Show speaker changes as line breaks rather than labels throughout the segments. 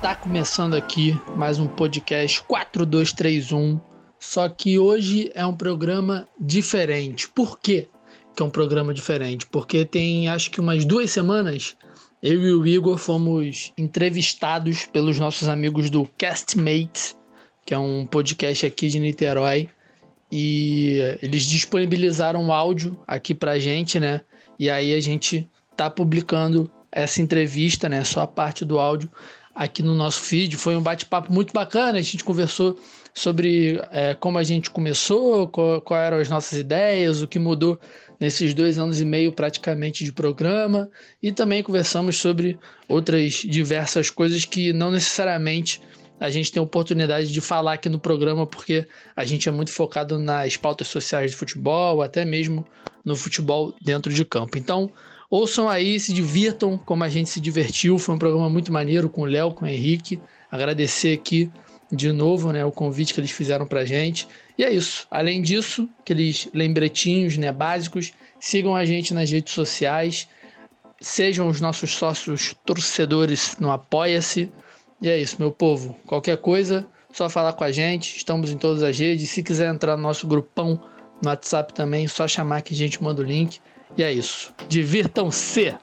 Está começando aqui mais um podcast 4231, só que hoje é um programa diferente. Por quê que é um programa diferente? Porque tem acho que umas 2 semanas eu e o Igor fomos entrevistados pelos nossos amigos do Castmates, que é um podcast aqui de Niterói, e eles disponibilizaram um áudio aqui pra gente, né? E aí a gente tá publicando essa entrevista, né? Só a parte do áudio aqui no nosso feed. Foi um bate-papo muito bacana, a gente conversou sobre como a gente começou, qual eram as nossas ideias, o que mudou nesses 2 anos e meio praticamente de programa, e também conversamos sobre outras diversas coisas que não necessariamente a gente tem oportunidade de falar aqui no programa, porque a gente é muito focado nas pautas sociais de futebol, até mesmo no futebol dentro de campo. Então, ouçam aí, se divirtam como a gente se divertiu. Foi um programa muito maneiro com o Léo, com o Henrique. Agradecer aqui de novo, né, o convite que eles fizeram pra gente. E é isso. Além disso, aqueles lembretinhos, né, básicos, sigam a gente nas redes sociais, sejam os nossos sócios torcedores no Apoia-se. E é isso, meu povo. Qualquer coisa, só falar com a gente. Estamos em todas as redes. Se quiser entrar no nosso grupão no WhatsApp também, só chamar que a gente manda o link. E é isso. Divirtam-se!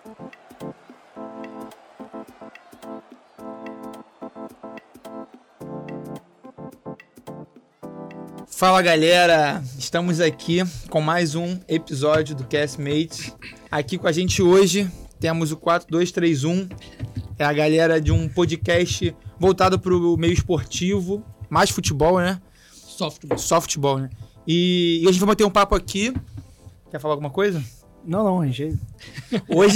Fala, galera! Estamos aqui com mais um episódio do Castmates. Aqui com a gente hoje temos o 4231. É a galera de um podcast voltado para o meio esportivo, mais futebol, né? Softball, né? E a gente vai bater um papo aqui. Quer falar alguma coisa?
Não, Rangel.
Hoje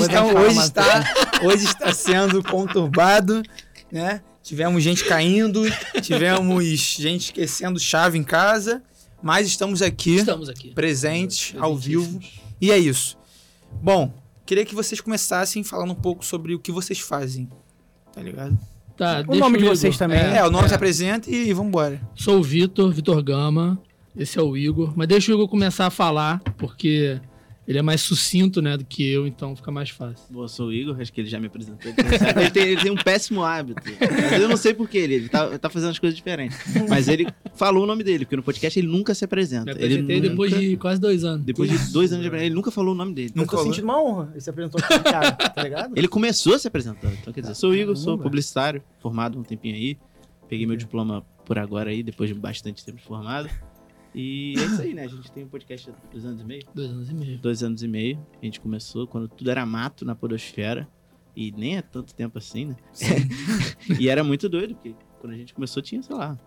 está sendo conturbado, né? Tivemos gente caindo, tivemos gente esquecendo chave em casa, mas estamos aqui presentes, ao vivo. E é isso. Bom, queria que vocês começassem falando um pouco sobre o que vocês fazem, tá ligado?
Tá,
o nome de vocês também.
O nome se apresenta e vambora.
Sou o Vitor Gama, esse é o Igor. Mas deixa o Igor começar a falar, porque ele é mais sucinto, né, do que eu, então fica mais fácil.
Eu sou o Igor, acho que ele já me apresentou. Ele tem um péssimo hábito. Mas eu não sei por que ele tá fazendo as coisas diferentes. Mas ele falou o nome dele, porque no podcast ele nunca se apresenta.
Me apresentei depois de quase 2 anos.
Depois de 2 anos de apresentação, ele nunca falou o nome dele.
Eu tô sentindo uma honra. Ele se apresentou aqui, cara, tá ligado?
Ele começou se apresentando. Então, quer dizer, sou o Igor, sou publicitário, formado um tempinho aí. Peguei meu diploma por agora aí, depois de bastante tempo de formado. E é isso aí, né? A gente tem um podcast há 2 anos e meio.
2 anos e meio.
2 anos e meio. A gente começou quando tudo era mato na podosfera. E nem é tanto tempo assim, né? E era muito doido, porque quando a gente começou tinha, sei lá,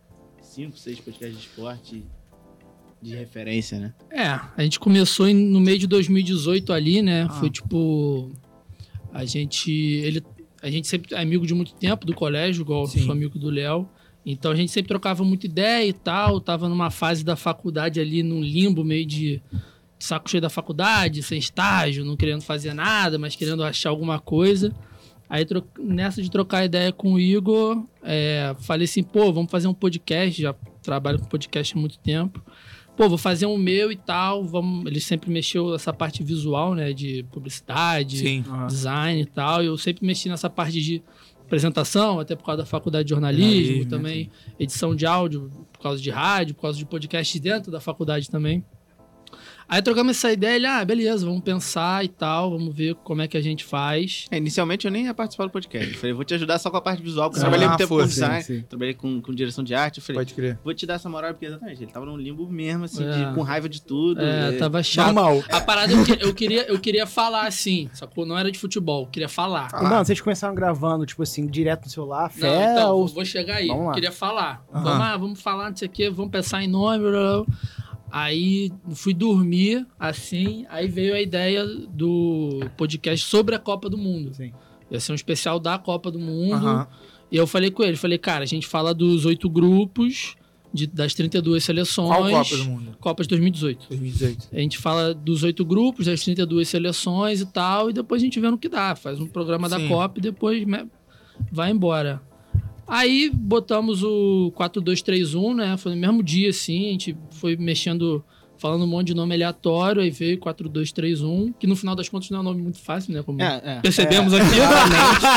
5, 6 podcasts de esporte de referência, né?
A gente começou no meio de 2018 ali, né? Foi tipo... A gente sempre é amigo de muito tempo do colégio, igual eu sou amigo do Léo. Então a gente sempre trocava muita ideia e tal, tava numa fase da faculdade ali, num limbo meio de saco cheio da faculdade, sem estágio, não querendo fazer nada, mas querendo achar alguma coisa. Aí nessa de trocar ideia com o Igor, falei assim, vamos fazer um podcast, já trabalho com podcast há muito tempo. Vou fazer um meu e tal, ele sempre mexeu nessa parte visual, né, de publicidade, design e tal, e eu sempre mexi nessa parte de apresentação, até por causa da faculdade de jornalismo, também edição de áudio, por causa de rádio, por causa de podcast dentro da faculdade também. Aí trocamos essa ideia, ele, beleza, vamos pensar e tal, vamos ver como é que a gente faz.
Inicialmente eu nem ia participar do podcast, eu falei, vou te ajudar só com a parte visual, porque eu trabalhei muito tempo com design, trabalhei com direção de arte, eu falei,
pode crer.
Vou te dar essa moral, porque exatamente, ele tava num limbo mesmo, assim, com raiva de tudo.
Tava chato.
Normal.
A parada eu queria falar assim, só que não era de futebol, eu queria falar.
Mano, vocês começaram gravando, tipo assim, direto no celular,
vou chegar aí, eu queria falar. Vamos falar, não sei o que, vamos pensar em nome, blá, blá. Aí fui dormir, assim, aí veio a ideia do podcast sobre a Copa do Mundo.
Sim.
Ia ser um especial da Copa do Mundo. E eu falei com ele, cara, a gente fala dos 8 grupos, das 32 seleções.
Qual Copa do Mundo?
Copa de 2018. A gente fala dos 8 grupos, das 32 seleções e tal, e depois a gente vê no que dá. Faz um programa da Copa e depois vai embora. Aí botamos o 4231, né? Foi no mesmo dia, assim, a gente foi mexendo, falando um monte de nome aleatório, aí veio 4231, que no final das contas não é um nome muito fácil, né? Como percebemos aqui.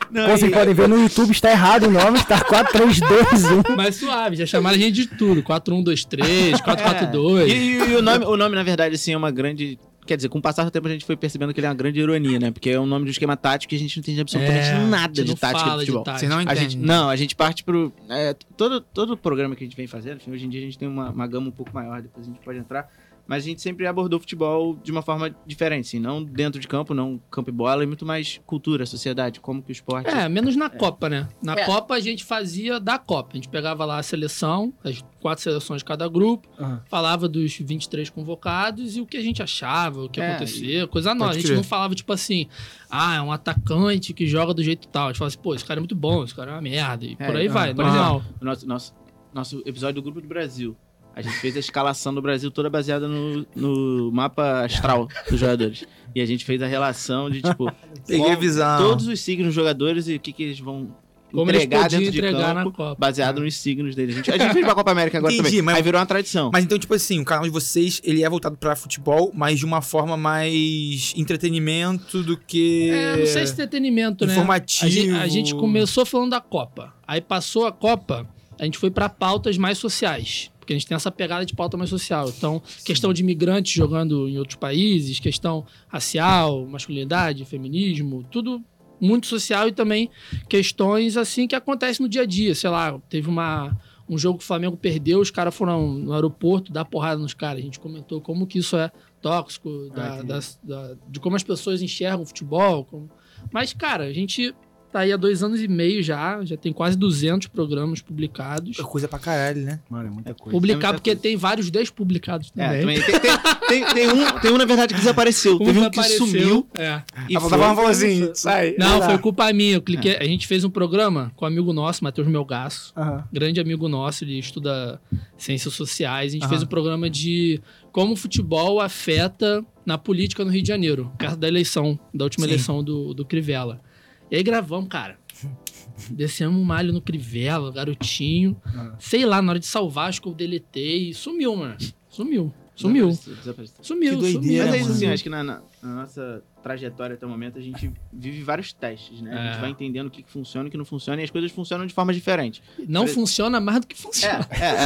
Como vocês podem ver no YouTube, está errado o nome, está 4-3-2-1.
Mais suave, já chamaram a gente de tudo. 4-1-2-3, 4-4-2.
E o nome, na verdade, assim, é uma grande... Quer dizer, com o passar do tempo a gente foi percebendo que ele é uma grande ironia, né? Porque é um nome de um esquema tático que a gente não entende absolutamente nada de tática de futebol.
Você não entende.
A gente parte pro... todo programa que a gente vem fazendo, enfim, hoje em dia a gente tem uma gama um pouco maior, depois a gente pode entrar, mas a gente sempre abordou o futebol de uma forma diferente, assim, não dentro de campo, não campo e bola, e muito mais cultura, sociedade, como que o esporte...
Menos na Copa, né? Na Copa a gente fazia da Copa. A gente pegava lá a seleção, as 4 seleções de cada grupo, falava dos 23 convocados e o que a gente achava, o que acontecia, coisa nova. A gente não falava, tipo assim, é um atacante que joga do jeito tal. A gente falava assim, pô, esse cara é muito bom, esse cara é uma merda, e por aí vai,
por
normal.
Exemplo, nosso episódio do Grupo do Brasil, a gente fez a escalação do Brasil toda baseada no mapa astral dos jogadores. E a gente fez a relação de, tipo...
Peguei a visão.
Todos os signos dos jogadores e o que eles vão
como
entregar
eles
dentro de
entregar
campo,
na Copa,
baseado nos signos deles. A gente fez pra Copa América agora também. Aí virou uma tradição.
Mas então, tipo assim, o canal de vocês, ele é voltado pra futebol, mas de uma forma mais entretenimento do que...
não sei se entretenimento, né?
Informativo.
A gente começou falando da Copa. Aí passou a Copa, a gente foi pra pautas mais sociais. Porque a gente tem essa pegada de pauta mais social. Então, questão de imigrantes jogando em outros países, questão racial, masculinidade, feminismo, tudo muito social e também questões assim que acontecem no dia a dia. Sei lá, teve um jogo que o Flamengo perdeu, os caras foram no aeroporto dar porrada nos caras. A gente comentou como que isso é tóxico, de como as pessoas enxergam o futebol. Mas, cara, a gente... tá aí há 2 anos e meio já tem quase 200 programas publicados.
É coisa pra caralho, né?
Mano, é muita coisa.
Publicar, porque tem vários despublicados também.
Tem um, na verdade, que desapareceu. Teve um que sumiu.
E falou assim, sai.
Não, foi culpa minha. Eu cliquei. A gente fez um programa com um amigo nosso, Matheus Melgaço. Grande amigo nosso, ele estuda ciências sociais. A gente fez um programa de como o futebol afeta na política no Rio de Janeiro, perto da eleição, da última eleição do Crivella. E aí gravamos, cara. Descemos um malho no Crivella, garotinho. Sei lá, na hora de salvar, acho que eu deletei. Sumiu, mano. Sumiu.
Que doideira,
Mas é isso,
mano.
assim, acho que na nossa trajetória até o momento, a gente vive vários testes, né? A gente vai entendendo o que funciona e o que não funciona, e as coisas funcionam de forma diferente.
Não funciona mais do que funciona.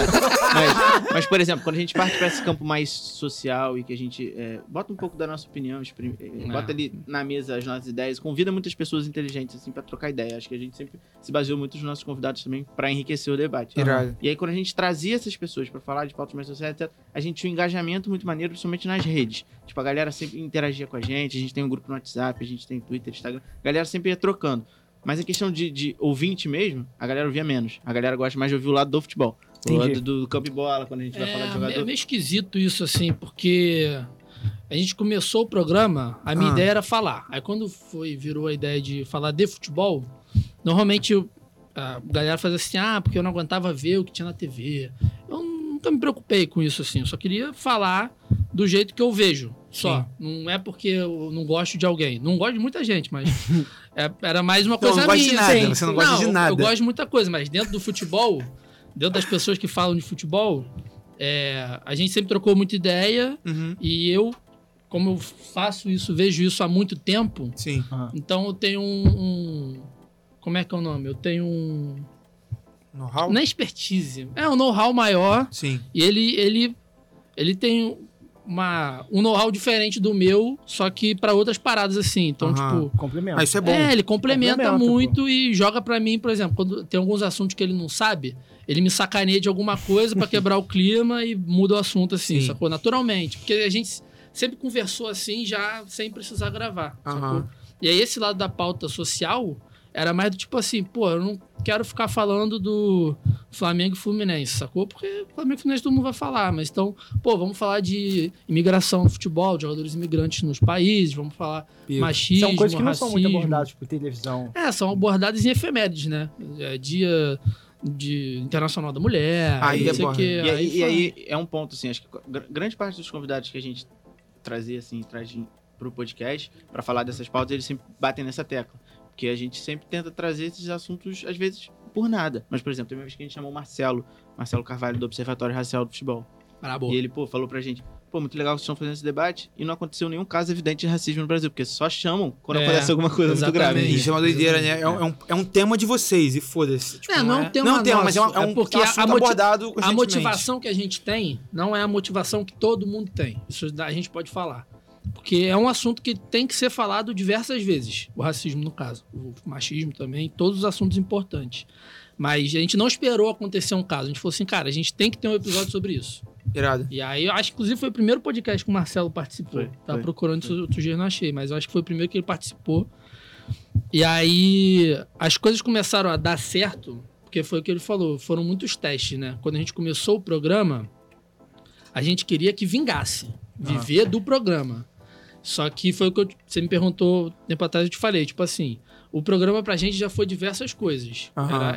Mas, por exemplo, quando a gente parte para esse campo mais social e que a gente bota um pouco da nossa opinião, bota ali na mesa as nossas ideias, convida muitas pessoas inteligentes, assim, para trocar ideia. Acho que a gente sempre se baseou muito nos nossos convidados também para enriquecer o debate. E aí, quando a gente trazia essas pessoas para falar de pautas mais sociais, etc., a gente tinha um engajamento muito maneiro, principalmente nas redes. Tipo, a galera sempre interagia com a gente tem um grupo no WhatsApp, a gente tem Twitter, Instagram, a galera sempre ia trocando. Mas a questão de ouvinte mesmo, a galera ouvia menos. A galera gosta mais de ouvir o lado do futebol. O lado do campo e bola, quando a gente vai falar de jogador.
É meio esquisito isso, assim, porque a gente começou o programa, a minha ideia era falar. Aí quando virou a ideia de falar de futebol, normalmente a galera fazia assim, porque eu não aguentava ver o que tinha na TV. Eu nunca me preocupei com isso, assim. Eu só queria falar do jeito que eu vejo, só. Sim. Não é porque eu não gosto de alguém. Não gosto de muita gente, mas era mais uma coisa minha.
De nada, você não gosta de nada.
Eu gosto de muita coisa, mas dentro do futebol, dentro das pessoas que falam de futebol, a gente sempre trocou muita ideia e eu, como eu faço isso, vejo isso há muito tempo, então eu tenho como é que é o nome? Eu tenho um...
Know-how?
Não é expertise. É um know-how maior.
Sim.
E ele tem um know-how diferente do meu, só que pra outras paradas assim. Então, tipo...
Complementa.
Isso é bom.
Ele complementa muito e joga pra mim, por exemplo, quando tem alguns assuntos que ele não sabe, ele me sacaneia de alguma coisa pra quebrar o clima e muda o assunto assim, sacou? Naturalmente. Porque a gente sempre conversou assim, já sem precisar gravar, sacou? E aí esse lado da pauta social... Era mais do tipo assim, eu não quero ficar falando do Flamengo e Fluminense, sacou? Porque Flamengo e Fluminense todo mundo vai falar, mas então, vamos falar de imigração no futebol, de jogadores imigrantes nos países, vamos falar machismo,
são coisas que não
racismo.
são muito abordadas por televisão.
São abordadas em efemérides, né? Dia Internacional da Mulher,
aí
não sei o quê.
E aí é um ponto, assim, acho que grande parte dos convidados que a gente trazia, assim, traz pro podcast, pra falar dessas pautas, eles sempre batem nessa tecla. Porque a gente sempre tenta trazer esses assuntos, às vezes, por nada. Mas, por exemplo, tem uma vez que a gente chamou o Marcelo Carvalho, do Observatório Racial do Futebol.
Brabo.
E ele, falou pra gente, pô, muito legal que vocês estão fazendo esse debate, e não aconteceu nenhum caso evidente de racismo no Brasil, porque só chamam quando acontece alguma coisa muito grave.
Isso é uma doideira, né? É um tema de vocês, e foda-se. Tipo,
não é um tema
nosso, mas é um
porque
assunto abordado
a motivação que a gente tem não é a motivação que todo mundo tem. Isso a gente pode falar. Porque é um assunto que tem que ser falado diversas vezes. O racismo, no caso. O machismo também. Todos os assuntos importantes. Mas a gente não esperou acontecer um caso. A gente falou assim, cara, a gente tem que ter um episódio sobre isso.
Irado.
E aí, eu acho que inclusive foi o primeiro podcast que o Marcelo participou. Tava procurando isso outro dia e não achei. Mas eu acho que foi o primeiro que ele participou. E aí, as coisas começaram a dar certo. Porque foi o que ele falou. Foram muitos testes, né? Quando a gente começou o programa, a gente queria que vingasse. Viver do programa. Só que foi o que você me perguntou tempo atrás, eu te falei, tipo assim, o programa pra gente já foi diversas coisas.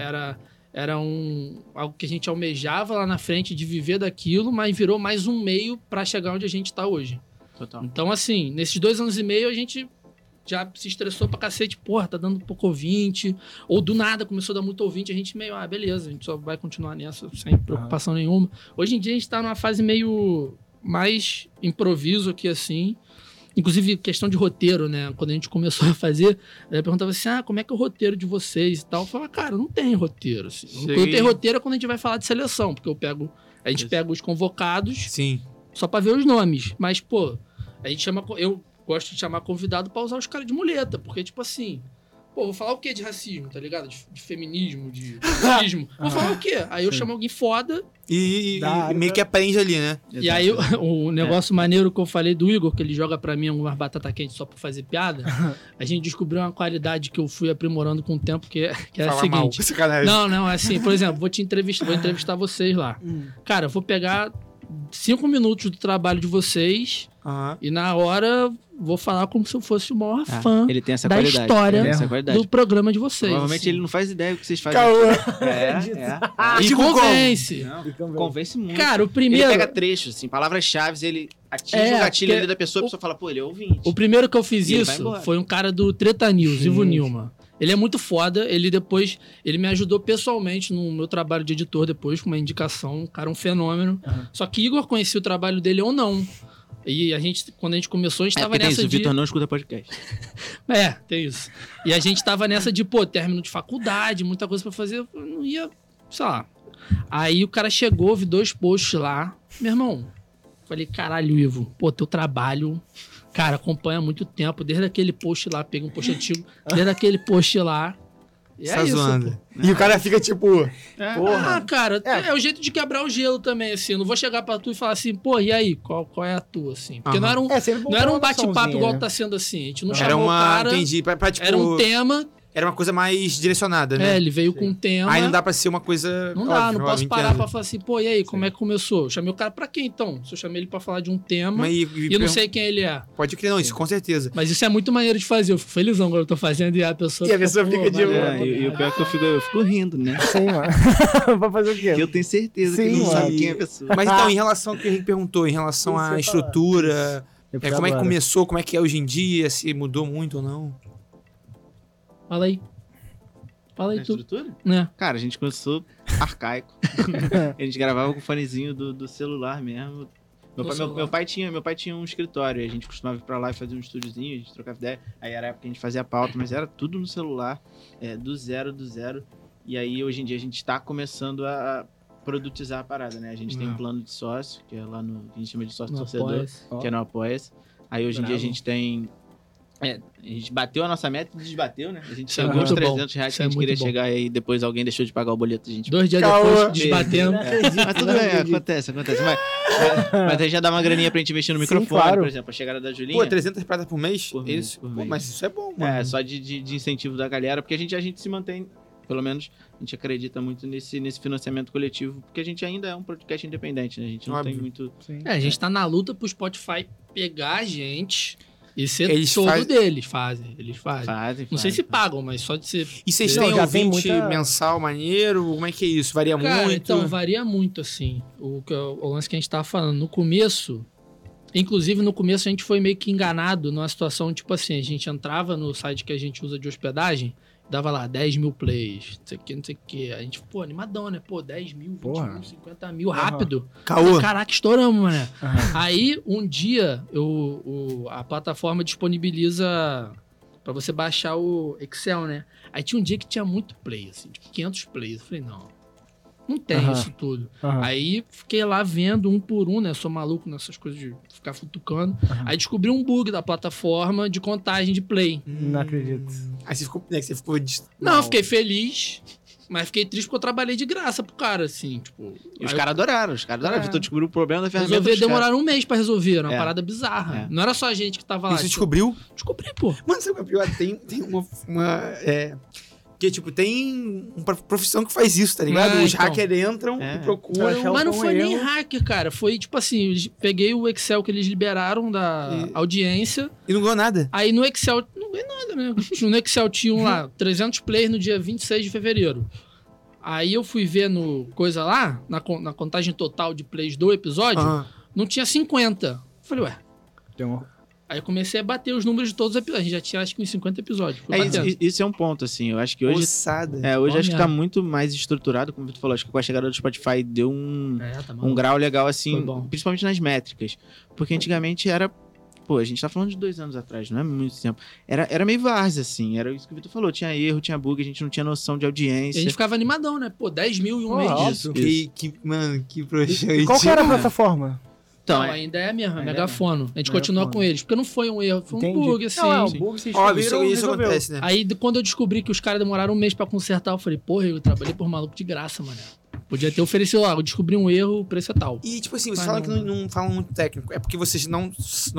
Era algo que a gente almejava lá na frente de viver daquilo, mas virou mais um meio pra chegar onde a gente tá hoje.
Total.
Então, assim, nesses 2 anos e meio a gente já se estressou pra cacete, porra, tá dando pouco ouvinte, ou do nada começou a dar muito ouvinte, a gente meio, beleza, a gente só vai continuar nessa sem preocupação nenhuma. Hoje em dia a gente tá numa fase meio mais improviso aqui, assim. Inclusive, questão de roteiro, né? Quando a gente começou a fazer, ela perguntava assim, como é que é o roteiro de vocês e tal? Eu falava, cara, não tem roteiro, assim. Quando tem roteiro é quando a gente vai falar de seleção, porque a gente pega os convocados só pra ver os nomes. Mas, pô, eu gosto de chamar convidado pra usar os caras de muleta, porque, tipo assim, pô, vou falar o quê de racismo, tá ligado? De feminismo, de racismo. Vou falar o quê? Aí eu chamo alguém foda.
E meio que aprende ali, né?
E aí o negócio maneiro que eu falei do Igor, que ele joga pra mim algumas batata quente só pra fazer piada, a gente descobriu uma qualidade que eu fui aprimorando com o tempo, que é a seguinte. Não, é assim, por exemplo, vou entrevistar vocês lá. Cara, eu vou pegar 5 minutos do trabalho de vocês e na hora vou falar como se eu fosse o maior fã
ele tem essa
da
qualidade,
história do programa de vocês.
Provavelmente
assim.
ele não faz ideia do que vocês fazem.
E convence.
Convence muito.
Cara, o primeiro...
Ele pega trechos, assim, palavras-chave, ele atinge o gatilho ali da pessoa, a pessoa fala, pô, ele é ouvinte.
O primeiro que eu fiz isso foi um cara do Treta News, Ivo Nilma. Ele é muito foda, ele me ajudou pessoalmente no meu trabalho de editor depois, com uma indicação, um cara, um fenômeno. Só que Igor conhecia o trabalho dele ou não. E quando a gente começou, a gente tava nessa
O Vitor não escuta podcast.
Tem isso. E a gente tava nessa de, término de faculdade, muita coisa pra fazer, eu não ia, sei lá. Aí o cara chegou, vi 2 posts lá. Meu irmão, falei, caralho, Ivo, teu trabalho... Cara, acompanha há muito tempo, desde aquele post lá, peguei um post antigo, desde aquele post lá. E é isso, pô.
E o cara fica tipo...
porra. Cara, é o jeito de quebrar o gelo também, assim. Eu não vou chegar pra tu e falar assim, e aí, qual é a tua, assim? Porque não era um bate-papo igual tá sendo assim. A gente não chamou o cara...
Entendi. Tipo,
era um tema...
Era uma coisa mais direcionada, né?
Ele veio com um tema...
Aí não dá pra ser uma coisa...
Não dá, não posso parar pra falar assim, e aí, como é que começou? Eu chamei o cara pra quê, então? Se eu chamei ele pra falar de um tema e eu não sei quem ele é.
Pode crer, não, isso com certeza.
Mas isso é muito maneiro de fazer, eu fico felizão quando eu tô fazendo e a pessoa...
fica de...
E o pior é que eu fico rindo, né?
Sim, mano. Pra fazer o quê?
Porque eu tenho certeza que ele não sabe quem é a pessoa.
Mas então, em relação ao que o Henrique perguntou, em relação à estrutura, como é que começou, como é que é hoje em dia, se mudou muito ou não?
Fala aí tu.
Estrutura?
Né?
Cara, a gente começou arcaico. A gente gravava com o fonezinho do celular mesmo. Meu pai tinha um escritório, a gente costumava ir pra lá e fazer um estúdiozinho, a gente trocava ideia. Aí era a época que a gente fazia pauta, mas era tudo no celular, do zero. E aí, hoje em dia, a gente tá começando a produtizar a parada, né? A gente tem um plano de sócio, que é lá no... que a gente chama de sócio torcedor, que é no Apoia-se. Aí, hoje em dia, a gente tem... a gente bateu a nossa meta e desbateu, né? A gente chegou aos R$300 que a gente queria chegar e depois alguém deixou de pagar o boleto. A gente
2 dias depois, desbatendo.
Mas tudo bem, acontece. Mas aí já dá uma graninha pra gente investir no microfone, claro. Por exemplo, a chegada da Julinha.
300 pratas por mês?
Por mês.
Mas isso é bom, mano.
Só de incentivo da galera, porque a gente se mantém, pelo menos, a gente acredita muito nesse financiamento coletivo, porque a gente ainda é um podcast independente, né? A gente não tem muito...
A gente tá na luta pro Spotify pegar a gente... E ser todo deles fazem. Não sei se pagam, mas só de ser...
E vocês têm ouvinte mensal maneiro? Como é que é isso? Varia muito?
Então, varia muito, assim. O lance que a gente tava falando. No começo... Inclusive, no começo, a gente foi meio que enganado numa situação, tipo assim, a gente entrava no site que a gente usa de hospedagem dava lá 10 mil plays, não sei o que. A gente, pô, animadão, né? Pô, 10 mil, 20
Porra.
mil, 50 mil, rápido.
Caô.
Caraca, estouramos, mané.
Aham.
Aí, um dia, a plataforma disponibiliza pra você baixar o Excel, né? Aí tinha um dia que tinha muito play, assim, tipo 500 plays. Eu falei, não tem
Aham.
isso tudo.
Aham.
Aí fiquei lá vendo um por um, né? Sou maluco nessas coisas de ficar futucando.
Aham.
Aí descobri um bug da plataforma de contagem de play.
Não acredito.
Aí você ficou... Né, que você ficou
Não, eu fiquei feliz, mas fiquei triste porque eu trabalhei de graça pro cara, assim, tipo...
E os
aí
caras adoraram. Os caras adoraram.
É.
Tu descobriu o problema da ferramenta.
resolver,
dos caras.
demoraram um mês pra resolver, era uma
É.
parada bizarra.
É.
Não era só a gente que tava
E
lá.
você
tipo,
descobriu?
Descobri, pô.
Mano, sabe o que é pior? Tem que, tipo, tem uma profissão que faz isso, tá ligado?
É,
Os
então.
hackers entram
É.
e procuram.
Achar
Mas não
um
foi nem
erro.
hacker, cara. Foi tipo assim, peguei o Excel que eles liberaram da audiência.
E não ganhou nada.
Aí no Excel, não ganhei nada, né? No Excel tinham lá 300 plays no dia 26 de fevereiro. Aí eu fui ver no coisa lá, na contagem total de plays do episódio,
Aham.
não tinha 50. Falei, ué.
Tem um-
Aí eu comecei a bater os números de todos os episódios. A gente já tinha acho que uns 50 episódios. Fui batendo.
Isso é um ponto, assim. Eu acho que hoje...
Ossada.
Hoje
Bom
acho que tá
mesmo.
muito mais estruturado, como tu falou. Acho que com a chegada do Spotify deu
Tá
um
maluco.
grau legal,
Foi
assim,
bom.
principalmente nas métricas. Porque antigamente era... Pô, a gente tá falando de 2 anos atrás, não é muito tempo. Era meio várzea, assim. Era isso que o Vitor falou. Tinha erro, tinha bug, a gente não tinha noção de
E a
audiência.
gente ficava animadão, né? Pô, 10 mil em um
Pô,
mês
óbvio.
disso.
Mano, que broxante.
Qual que era a plataforma?
Então,
Não, ainda é mesmo, é
Ainda é
megafono. A gente continua
Megafono.
com eles. Porque não foi um erro, foi um
Entendi.
bug, assim.
Não, é um
sim.
bug, vocês
Óbvio,
descobriram,
isso
resolveu.
acontece, né?
Aí quando eu descobri que os caras demoraram um mês pra consertar, eu falei, porra, eu trabalhei por maluco de graça, mano. Podia ter oferecido lá, eu descobri um erro, o preço é tal.
E, tipo assim, vocês
Mas
falam que não falam muito técnico. É porque vocês não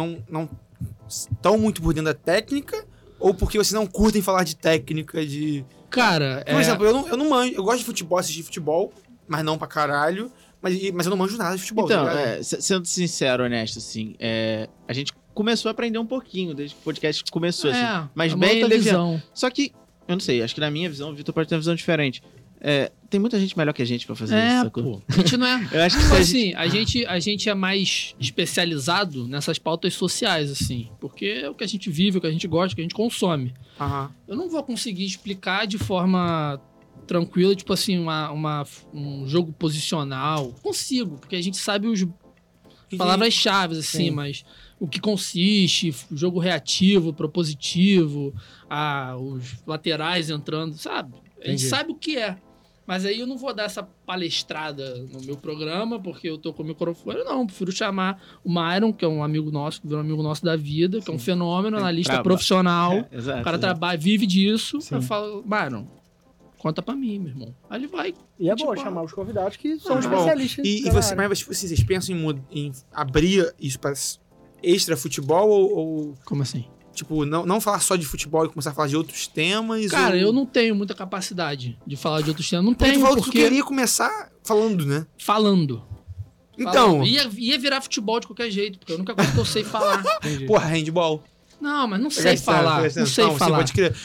estão muito por dentro da técnica? Ou porque vocês não curtem falar de técnica, de...
Cara,
Por exemplo, eu não manjo... Eu gosto de futebol, assistir futebol, mas não pra caralho. Mas eu não manjo nada de futebol,
Então,
tá ligado?
sendo sincero, honesto, assim, a gente começou a aprender um pouquinho desde que o podcast começou, assim. Mas
é uma
bem
outra
leviano.
visão.
Só que, eu não sei, acho que na minha visão, o Vitor pode ter uma visão diferente. Tem muita gente melhor que a gente pra fazer isso, sacou?
Pô. A gente não é...
Eu acho que
Tipo
se a gente...
assim, a gente é mais especializado nessas pautas sociais, assim. Porque é o que a gente vive, o que a gente gosta, o que a gente consome.
Aham.
Eu não vou conseguir explicar de forma tranquila, tipo assim, um jogo posicional. Consigo, porque a gente sabe os palavras-chave, assim,
Sim.
mas o que consiste, jogo reativo, propositivo, os laterais entrando, sabe? A gente
Entendi.
sabe o que é. Mas aí eu não vou dar essa palestrada no meu programa, porque eu tô com o microfone, não. Eu prefiro chamar o Myron, que é um amigo nosso, que virou um amigo nosso da vida, que é um fenômeno, analista
Traba.
profissional.
Exato,
O cara
exato.
trabalha, vive disso.
Sim.
Eu falo, Myron, conta pra mim, meu irmão. Aí ele vai.
E é
Tipo,
bom chamar os convidados que são
Bom,
especialistas.
E
pela
você,
área.
mas tipo, vocês pensam em abrir isso pra extra futebol ou
Como assim?
tipo, não falar só de futebol e começar a falar de outros temas?
Cara,
ou...
eu não tenho muita capacidade de falar de outros temas. Não
Porque tu
tenho,
falou que tu
porque...
queria começar falando, né?
Falando.
Então,
Ia virar futebol de qualquer jeito, porque a única coisa que eu sei falar.
Entendi.
porra, handball.
Não, mas não sei falar. Não sei
Não, você
falar.
pode crer.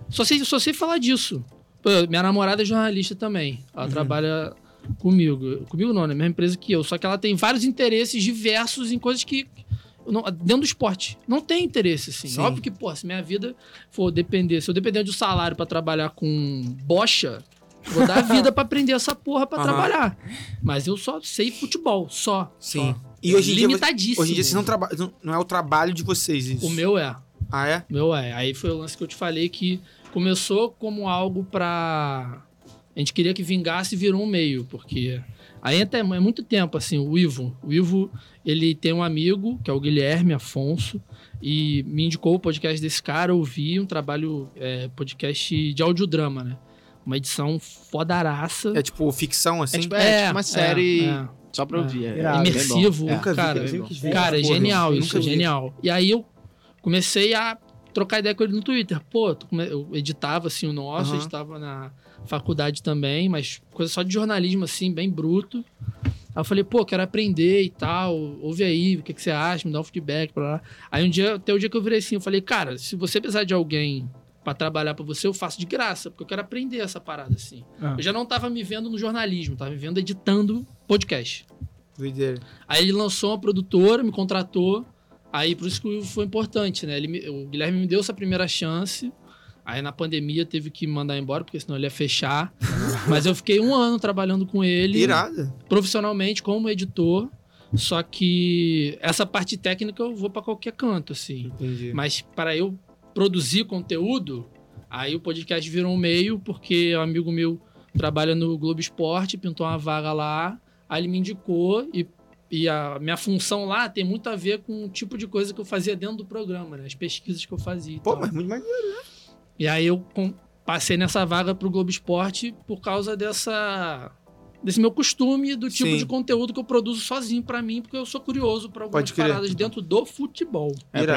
Só sei falar disso. Pô, minha namorada é jornalista também. Ela trabalha comigo. Comigo não, né? Mesma empresa que eu. Só que ela tem vários interesses diversos em coisas que... dentro do esporte. Não tem interesse, assim.
Sim.
Óbvio que, pô, se minha vida for depender... Se eu depender de um salário pra trabalhar com bocha, eu vou dar a vida pra aprender essa porra pra
Aham.
trabalhar. Mas eu só sei futebol. Só.
Sim.
Só.
E hoje em dia,
Limitadíssimo.
hoje em dia você não é o trabalho de vocês isso.
O meu é.
Ah, é?
O meu é. Aí foi o lance que eu te falei que começou como algo pra... A gente queria que vingasse e virou um meio, porque... Aí até é muito tempo, assim, o Ivo. O Ivo, ele tem um amigo, que é o Guilherme Afonso, e me indicou o podcast desse cara, eu ouvi um trabalho, podcast de audiodrama, né? Uma edição fodaraça.
É tipo ficção, assim?
tipo, uma série
é.
só pra ouvir.
Irado.
Imersivo,
Nunca vi,
cara.
eu sempre quis ver.
Cara, é
Porra,
genial
eu
isso,
nunca
é
vi.
genial. E aí eu comecei a trocar ideia com ele no Twitter. Pô, eu editava assim o nosso,
Aham.
editava na faculdade também, mas coisa só de jornalismo assim, bem bruto. Aí eu falei, pô, quero aprender e tal, ouve aí, o que você acha, me dá um feedback, blá, blá. Aí até o dia que eu virei assim, eu falei, cara, se você precisar de alguém pra trabalhar pra você, eu faço de graça, porque eu quero aprender essa parada assim.
Ah.
Eu já não tava me vendo no jornalismo, tava me vendo editando podcast.
Doideira.
Aí ele lançou uma produtora, me contratou. Aí por isso que foi importante, né? O Guilherme me deu essa primeira chance. Aí na pandemia teve que me mandar embora, porque senão ele ia fechar. Mas eu fiquei 1 ano trabalhando com ele.
Irado.
Profissionalmente, como editor. Só que essa parte técnica eu vou pra qualquer canto, assim.
Entendi.
Mas para eu produzir conteúdo, aí o podcast virou um meio, porque um amigo meu trabalha no Globo Esporte, pintou uma vaga lá, aí ele me indicou e a minha função lá tem muito a ver com o tipo de coisa que eu fazia dentro do programa, né? As pesquisas que eu fazia e
Pô,
tal.
mas muito maneiro.
E aí eu passei nessa vaga pro Globo Esporte por causa desse meu costume, do tipo
Sim.
de conteúdo que eu produzo sozinho pra mim, porque eu sou curioso pra algumas
Pode crer.
paradas dentro do futebol.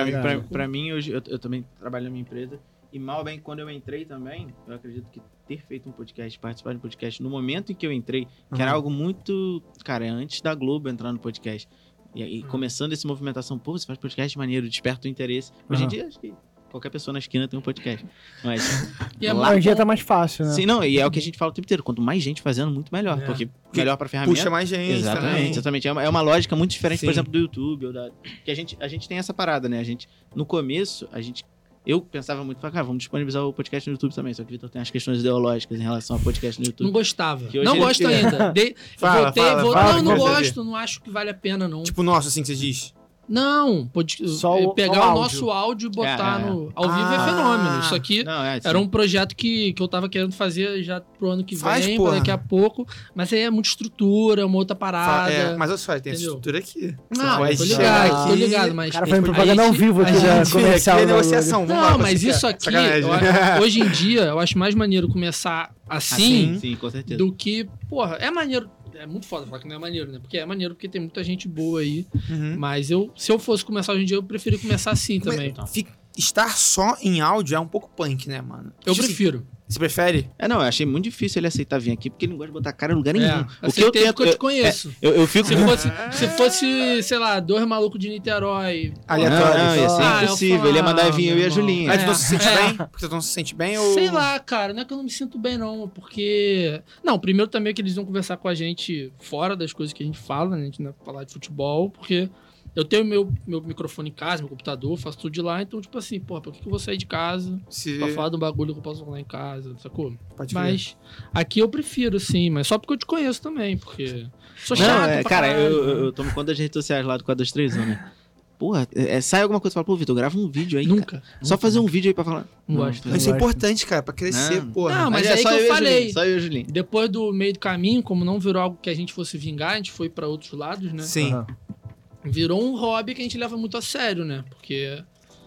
Pra mim, hoje, eu também trabalho na minha empresa. E mal bem, quando eu entrei também, eu acredito que ter feito um podcast, participar de um podcast, no momento em que eu entrei, que era algo muito... Cara, antes da Globo entrar no podcast. E aí, começando essa movimentação, pô, você faz podcast maneiro, desperta o interesse. Hoje em dia, acho que qualquer pessoa na esquina tem um podcast. Mas...
E é
lá-
Hoje em dia tá mais fácil, né?
Sim, não, e é o que a gente fala o tempo inteiro. Quanto mais gente fazendo, muito melhor.
É.
Porque melhor pra ferramenta.
Puxa mais gente
Exatamente,
também.
exatamente. É uma lógica muito diferente,
Sim.
por exemplo, do YouTube. Que a gente tem essa parada, né? No começo, eu pensava muito, cara, vamos disponibilizar o podcast no YouTube também. Só que o Vitor tem as questões ideológicas em relação ao podcast no YouTube.
Não gostava.
Que hoje
Não
ele-
gosto ainda.
Fala,
Não, não
quer
gosto. Não acho que vale a pena, não.
Tipo, nossa, assim que você diz.
Não,
Só
pegar
o
o
áudio.
nosso áudio e botar
É.
no... Ao vivo é
Ah.
fenômeno. Isso aqui
Não,
era um projeto que eu tava querendo fazer já pro ano que
Faz,
vem,
porra.
pra daqui a pouco. Mas aí é muita estrutura, uma outra parada.
Mas olha só, tem essa
Entendeu?
estrutura aqui.
Não,
Vai
eu tô
chegar
ligado,
aqui.
tô ligado, mas...
O cara fazendo
a
propaganda ao
gente-
vivo aqui
a
da
gente-
comercial.
Aqui é
do-
negociação. Vamos lá,
Não, mas
você
isso
quer?
aqui,
Sacanagem.
hoje em dia, eu acho mais maneiro começar assim
Sim, com certeza.
do que... Porra, é maneiro... É muito foda falar que não é maneiro, né? Porque é maneiro porque tem muita gente boa aí.
Uhum.
Mas se eu fosse começar hoje em dia, eu preferia começar assim também.
Estar só em áudio é um pouco punk, né, mano?
Eu
Tipo,
prefiro.
Você prefere?
Não, eu achei muito difícil ele aceitar vir aqui, porque ele não gosta de botar cara em lugar nenhum. O que
Aceitei
eu tento...
porque eu te conheço.
Eu fico...
Se fosse, sei lá, 2 malucos de Niterói...
Aleatório.
Não, ia ser
Ah, eu
impossível. Ele ia mandar vir eu e a
irmão.
Julinha.
Mas tu não se sente
É.
bem? Porque tu não se sente bem ou...
Sei lá, cara, não é que eu não me sinto bem, não, porque... Não, primeiro também é que eles vão conversar com a gente fora das coisas que a gente fala, né? A gente não vai falar de futebol, porque eu tenho meu microfone em casa, meu computador, faço tudo de lá, então, tipo assim, porra, por que eu vou sair de casa
Se...
pra falar de um bagulho que eu posso falar em casa, sacou?
Pode crer.
Mas aqui eu prefiro, sim, mas só porque eu te conheço também, porque sou
Não,
chato pra
cara,
caralho.
eu tomo conta das redes sociais lá do 423, né? Porra, sai alguma coisa e fala, pô, Vitor, grava um vídeo aí.
Nunca.
Cara. Só fazer um vídeo aí pra falar.
Não gosto.
Mas isso é
Não
importante, cara, pra crescer,
Não.
porra.
Não, mas
é
aí
só
que eu
e a
falei.
Julinha, só eu e o Julinho.
Depois do meio do caminho, como não virou algo que a gente fosse vingar, a gente foi pra outros lados, né?
Sim.
Aham.
Virou um hobby que a gente leva muito a sério, né? Porque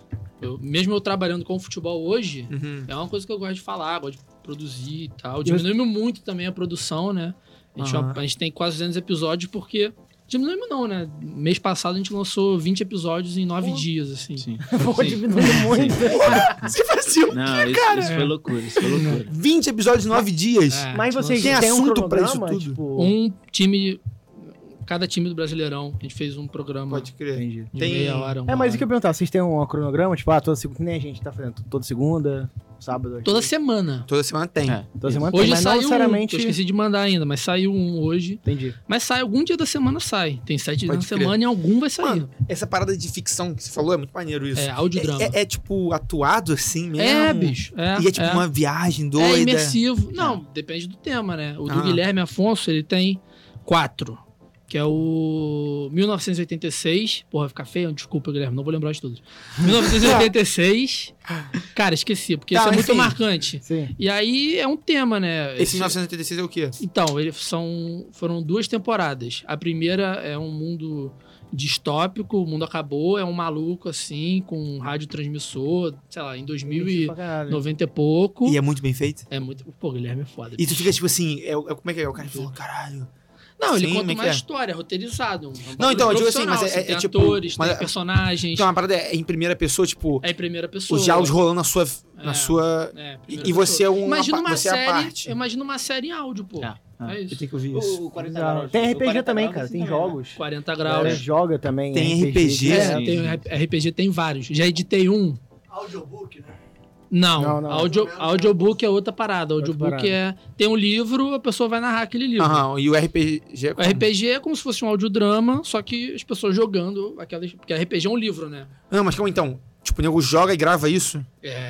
mesmo eu trabalhando com futebol hoje,
Uhum.
é uma coisa que eu gosto de falar, gosto de produzir e tal. Diminuímos muito também a produção, né?
Aham.
A gente tem quase 200 episódios porque... Diminuímos não, né? Mês passado a gente lançou 20 episódios em 9 dias, assim.
Sim.
Pô, diminuiu muito.
Você fazia
Não, isso foi loucura, isso foi loucura.
20 episódios em 9 dias.
É,
Mas vocês
Tem
têm um
assunto pra isso
cronograma,
tudo?
tipo...
Um time... Cada time do Brasileirão, a gente fez um programa
Pode crer.
Entendi.
de
Tem-
meia hora, uma
Mas o que eu
hora.
ia perguntar, vocês têm um cronograma? Tipo, toda segunda, que nem a gente tá fazendo, toda segunda, sábado... aqui.
Toda semana.
Toda semana tem.
É.
Toda semana tem,
Hoje
mas não
saiu
necessariamente...
eu esqueci de mandar ainda, mas saiu um hoje.
Entendi.
Mas sai algum dia da semana, sai. Tem 7 dias
Pode
na
crer.
semana e algum vai sair.
Mano, essa parada de ficção que você falou é muito maneiro isso.
É, audiodrama.
É tipo atuado assim mesmo?
É, bicho. É,
E é tipo uma viagem
É
doida.
imersivo. Não, depende do tema, né? O do
Ah.
Guilherme Afonso, ele tem 4. Que é o 1986. Porra, fica feio? Desculpa, Guilherme, não vou lembrar de todos. 1986. Cara, esqueci, porque
Tá,
isso é muito
enfim.
marcante.
Sim.
E aí é um tema, né?
Esse 1986 é o quê?
Então, foram 2 temporadas. A primeira é um mundo distópico, o mundo acabou, é um maluco assim, com um radiotransmissor, sei lá, em
Pra
2090
caralho.
e pouco.
E é muito bem feito?
É muito. Pô, Guilherme é foda.
E tu fica tipo assim, como é que é? O cara fala, caralho.
Não, ele
Sim,
conta
como é
uma
que é?
história, roteirizado.
Não, então, eu digo assim, mas
profissional,
é
tem
tipo,
atores,
mas-
tem personagens.
Então a parada é em primeira pessoa, tipo,
É em primeira pessoa.
os diálogos rolando na sua.
É, primeira
E você é
pessoa.
um.
Imagina uma
você é a
série.
parte.
Imagina uma série em áudio, pô.
É.
É isso.
Eu tenho que ouvir isso.
O 40
Exato.
graus.
Tem
O
RPG
40
também,
graus,
cara.
assim,
Tem
também, né?
jogos.
40
A
graus.
galera joga também.
Tem RPG?
É,
Sim.
tem RPG tem vários. Já editei um.
Audiobook, né?
Não,
Não.
audiobook é outra parada.
Outra
Audiobook
parada.
tem um livro, a pessoa vai narrar aquele livro.
Aham, e o RPG é
O
como?
RPG é como se fosse um audiodrama, só que as pessoas jogando aquelas. Porque RPG é um livro, né?
Não, mas calma então. Tipo, o nego joga e grava isso?
É.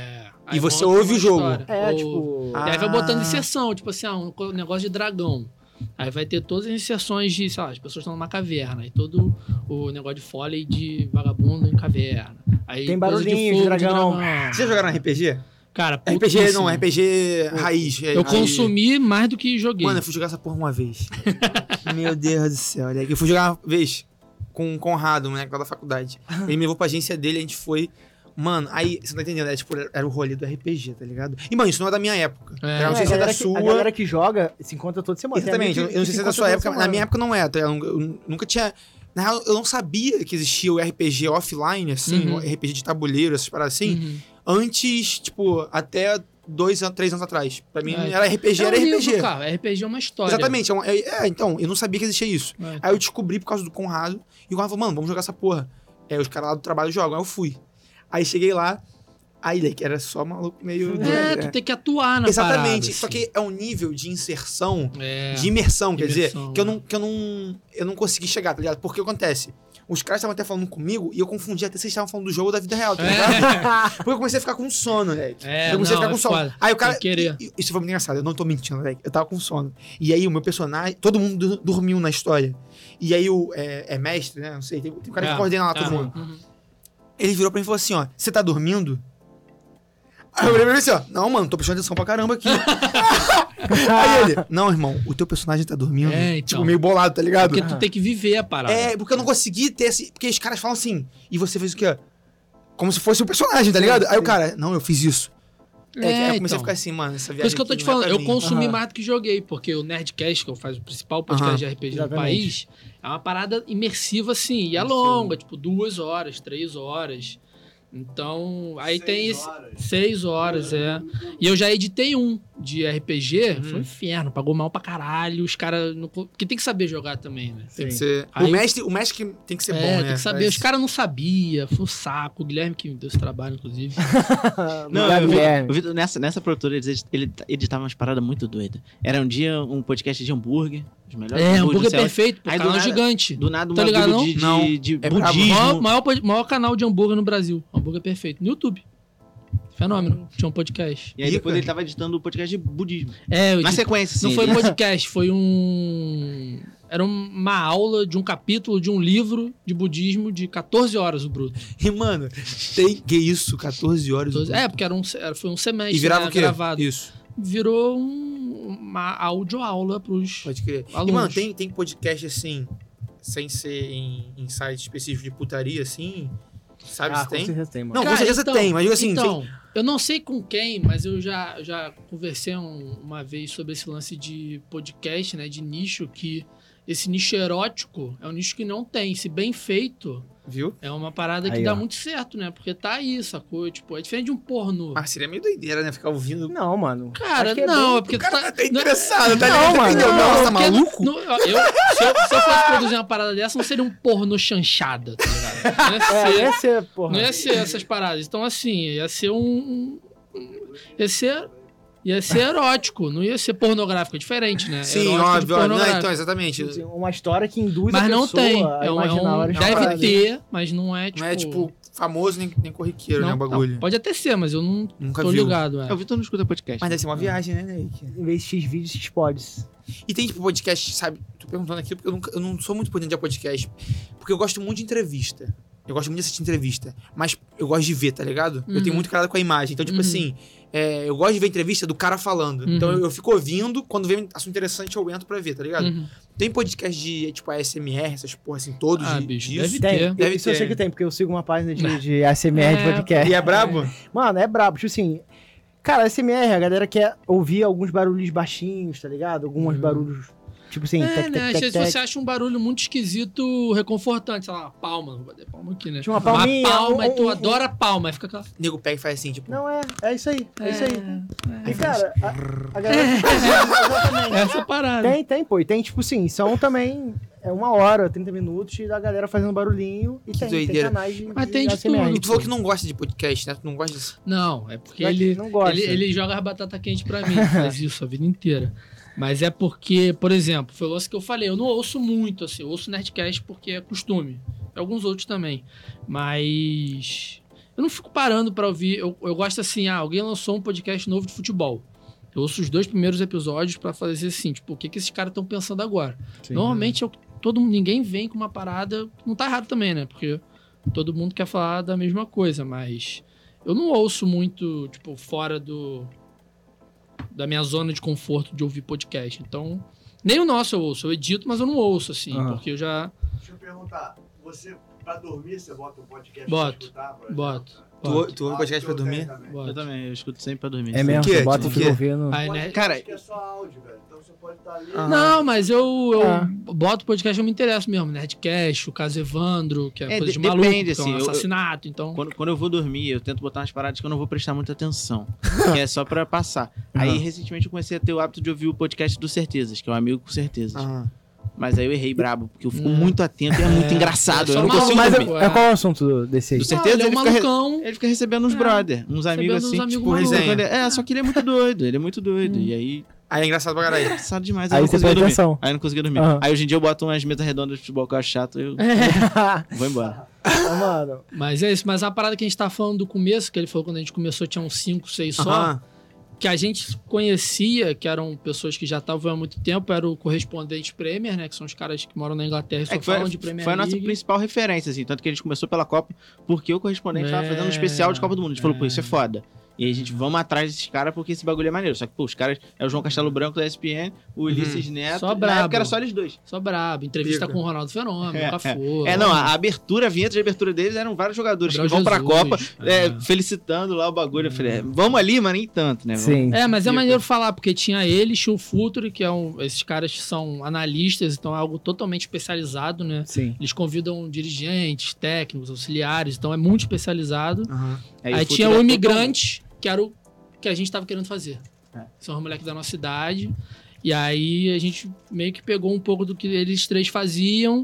E você
monta
ouve
uma
o jogo.
história.
tipo...
E aí vai botando inserção, tipo assim, um negócio de dragão. Aí vai ter todas as inserções de, sei lá, as pessoas estão numa caverna. E todo o negócio de foley de vagabundo em caverna. Aí
Tem
coisa
barulhinho de
fogo
dragão.
Vocês já jogaram RPG?
Cara,
RPG
pouquíssimo.
não, RPG raiz.
Eu consumi mais do que joguei.
Mano, eu fui jogar essa porra uma vez. Meu Deus do céu, olha aqui. Eu fui jogar uma vez com o Conrado, um moleque lá da faculdade. Ele me levou pra agência dele, a gente foi... Mano, aí, você não tá entendendo, era o rolê do RPG, tá ligado? E, mano, isso não é da minha época. Eu não sei se é da sua...
A galera que joga se encontra toda semana.
Exatamente, eu não sei se é da sua época, mas na minha época não é, tá? Eu nunca tinha... Na real, eu não sabia que existia o RPG offline, assim, o RPG de tabuleiro, essas paradas assim, antes, tipo, até 2 anos, 3 anos atrás. Pra mim, era RPG, era
livro,
RPG.
Cara. RPG é uma história.
Exatamente, então, eu não sabia que existia isso. Aí eu descobri por causa do Conrado, e o Conrado falou, mano, vamos jogar essa porra. Os caras lá do trabalho jogam, aí eu fui. Aí cheguei lá, aí era só maluco meio...
Tu tem que atuar na
Exatamente,
parada,
só
assim.
que é um nível de inserção, de imersão, quer dizer, que eu não consegui chegar, tá ligado? Porque acontece, os caras estavam até falando comigo e eu confundi até se eles estavam falando do jogo ou da vida real, tá ligado? Porque eu comecei a ficar com sono, velho. Eu comecei a ficar com sono.
Foda.
Aí o cara...
Isso
foi muito engraçado, eu não tô mentindo, velho. Eu tava com sono. E aí o meu personagem, todo mundo dormiu na história. E aí o mestre, né? Não sei, tem um cara que coordena lá todo mundo. Ele virou pra mim e falou assim, ó, você tá dormindo? Aí eu olhei pra ele assim, ó, não, mano, tô prestando atenção pra caramba aqui. Aí ele, não, irmão, o teu personagem tá dormindo.
Então.
Tipo, meio bolado, tá ligado?
Porque tu tem que viver a parada.
Porque eu não consegui ter esse... Porque os caras falam assim, e você fez o quê? Como se fosse o personagem, tá ligado? Aí o cara, não, eu fiz isso. Aí eu comecei a ficar assim, mano, essa viagem.
Por isso que eu tô te falando, eu consumi mais do que joguei, porque o Nerdcast, que eu faço o principal podcast de RPG do país, é uma parada imersiva, assim, e é longa, tipo 2 horas, 3 horas. Então, aí 6 horas, E eu já editei um de RPG, foi um inferno, pagou mal pra caralho, os caras... Porque tem que saber jogar também, né?
Tem que ser... O mestre que tem que ser bom, né?
Tem que saber. Os caras não sabiam, foi um saco. O Guilherme que me deu esse trabalho, inclusive.
O Vitor, nessa produtora, ele editava umas paradas muito doidas. Era um dia um podcast de hambúrguer, os melhores
hambúrguer perfeito, pô, canal gigante.
Do nada,
tá ligado, não?
de budismo.
Maior canal de hambúrguer no Brasil. Hambúrguer perfeito. No YouTube. Fenômeno. Tinha um podcast.
E aí depois ele tava editando o podcast de budismo.
Na
sequência, assim.
Não foi podcast, foi um... Era uma aula de um capítulo de um livro de budismo de 14 horas o bruto.
E, mano, que isso? 14 horas?
Porque foi um semestre,
e virava o quê?
Gravado.
Isso.
Virou uma audioaula pros
Pode crer.
alunos.
E, mano, tem podcast, assim, sem ser em site específico de putaria, assim... Sabe se tem?
Com certeza tem, mano.
Não, com certeza tem, mas assim...
Então, eu não sei com quem, mas eu já conversei uma vez sobre esse lance de podcast, né, de nicho, que esse nicho erótico é um nicho que não tem. Se bem feito,
viu?
É uma parada que dá muito certo, né? Porque tá aí, sacou? Tipo, é diferente de um pornô.
Mas seria meio doideira, né? Ficar ouvindo...
Não, mano.
Cara, não, é porque...
O cara tá interessado, tá
ligado? Não, mano.
Não, tá maluco?
Se eu fosse produzir uma parada dessa, não seria um pornô chanchada, tá ligado?
Ia ser, porra.
Não ia ser essas paradas. Então, assim, ia ser Ia ser erótico, não ia ser pornográfico, é diferente, né?
Sim,
erótico
óbvio. Não, então, exatamente.
Uma história que induz
mas
a
não
pessoa
tem.
a imaginar várias
deve
paradas.
ter, mas não é tipo...
Não é, tipo, famoso nem corriqueiro, né, o bagulho.
Não, pode até ser, mas eu nunca tô
viu.
ligado.
O Vitor não escuta podcast.
Mas deve ser uma viagem, né, Neik?
Em vez de X vídeos, X pods.
E tem, tipo, podcast, sabe? Tô perguntando aqui porque eu não sou muito por dentro de podcast. Porque eu gosto muito de entrevista. Eu gosto muito de assistir entrevista. Mas eu gosto de ver, tá ligado? Eu tenho muito cara com a imagem. Então, tipo assim... eu gosto de ver entrevista do cara falando. Então eu fico ouvindo, quando vem assunto interessante eu entro pra ver, tá ligado? Tem podcast de, tipo, ASMR, essas porra assim, todos
bicho,
disso.
deve ter.
Isso eu sei que tem, porque eu sigo uma página de ASMR de podcast.
E é brabo?
Mano, é brabo. Tipo assim, cara, ASMR, a galera quer ouvir alguns barulhos baixinhos, tá ligado? Alguns barulhos, tipo assim,
às vezes você acha um barulho muito esquisito, reconfortante, sei lá, uma palma, vou bater palma aqui, né?
Tinha uma palminha.
Uma palma, e tu adora a palma, aí fica aquela...
O nego pega e faz assim, tipo...
Não, é isso aí, é isso aí. E, cara, a galera... Exatamente.
Essa parada.
Tem, pô, e tem, tipo assim, são também... 1 hora, 30 minutos, e a galera fazendo barulhinho, e tem canais de
Mas tem de
ASMR.
tudo.
E tu falou que não gosta de podcast, né? Tu não gosta disso?
Não, é porque
não gosta.
ele joga as batata quente pra mim, faz isso a vida inteira. Mas é porque, por exemplo, foi o lance que eu falei, eu não ouço muito, assim, eu ouço Nerdcast porque é costume. Alguns outros também. Mas Eu não fico parando pra ouvir. Eu gosto assim, alguém lançou um podcast novo de futebol. Eu ouço os 2 primeiros episódios pra fazer assim, tipo, o que esses caras estão pensando agora?
Sim.
Normalmente, ninguém vem com uma parada... Não tá errado também, né? Porque todo mundo quer falar da mesma coisa, mas... Eu não ouço muito, tipo, fora da minha zona de conforto de ouvir podcast. Então, nem o nosso eu ouço. Eu edito, mas eu não ouço, assim, porque eu já...
Deixa eu perguntar, você, pra dormir, você bota um podcast
Boto,
pra escutar? Por exemplo?
boto.
Tu ouve podcast pra dormir?
Eu também, eu escuto sempre pra dormir.
É mesmo,
quê?
você bota
Tipo
e fica
quê?
ouvindo.
Aí, né?
Podcast
Cara,
que é só áudio, velho. Então você pode estar ali...
Não, mas eu boto podcast, eu me interesso mesmo. Nerdcast, o caso Evandro, que é coisa de maluco,
depende,
que é
assim,
um assassinato, então...
Quando eu vou dormir, eu tento botar umas paradas que eu não vou prestar muita atenção. Que é só pra passar. Aí, recentemente, eu comecei a ter o hábito de ouvir o podcast do Certezas, que é um amigo com Certezas. Mas aí eu errei brabo, porque eu fico muito atento e é muito engraçado.
é só
Eu não
maluco,
consigo
Mas
dormir.
qual é o assunto desse aí?
Do Certeza,
ele é um
ele
malucão.
Ele fica recebendo uns brother, uns amigos
Recebendo uns
assim,
amigos
tipo,
malucos.
resenha. Só que ele é muito doido, E aí,
Aí é engraçado pra caralho.
engraçado demais,
Aí
eu não
você
conseguia
presta
dormir.
atenção.
Aí eu não conseguia dormir.
Aham.
Aí hoje em dia eu boto umas mesas redondas de futebol que eu acho chato, eu vou embora.
Mano,
Mas é isso. Mas a parada que a gente tá falando do começo, que ele falou quando a gente começou, tinha uns 5, 6 só,
Aham.
que a gente conhecia, que eram pessoas que já estavam há muito tempo, era o correspondente Premier, né? Que são os caras que moram na Inglaterra e só
É que foi,
falam de Premier
foi a nossa
League.
principal referência, assim. Tanto que a gente começou pela Copa, porque o correspondente tava fazendo um especial de Copa do Mundo. A gente falou, pô, isso é foda. E aí a gente, vamos atrás desses caras porque esse bagulho é maneiro. Só que, pô, os caras é o João Castelo Branco da ESPN, o Ulisses Neto.
Só
Na
brabo.
época era só eles dois.
Só brabo. Entrevista
Pica.
com o Ronaldo Fenômeno, nunca foi.
Não, a abertura, a vinheta de abertura deles eram vários jogadores
Gabriel
que vão pra
Jesus,
Copa, felicitando lá o bagulho. Eu falei, vamos ali, mas nem tanto, né?
sim.
É, mas é maneiro falar, porque tinha ele, tinha o Futuri, que esses caras que são analistas, então é algo totalmente especializado, né?
Sim.
Eles convidam dirigentes, técnicos, auxiliares, então é muito especializado. Aí
o
tinha
futuro
o
é
Imigrante, que era o que a gente tava querendo fazer.
É.
São os moleques da nossa idade. E aí a gente meio que pegou um pouco do que eles 3 faziam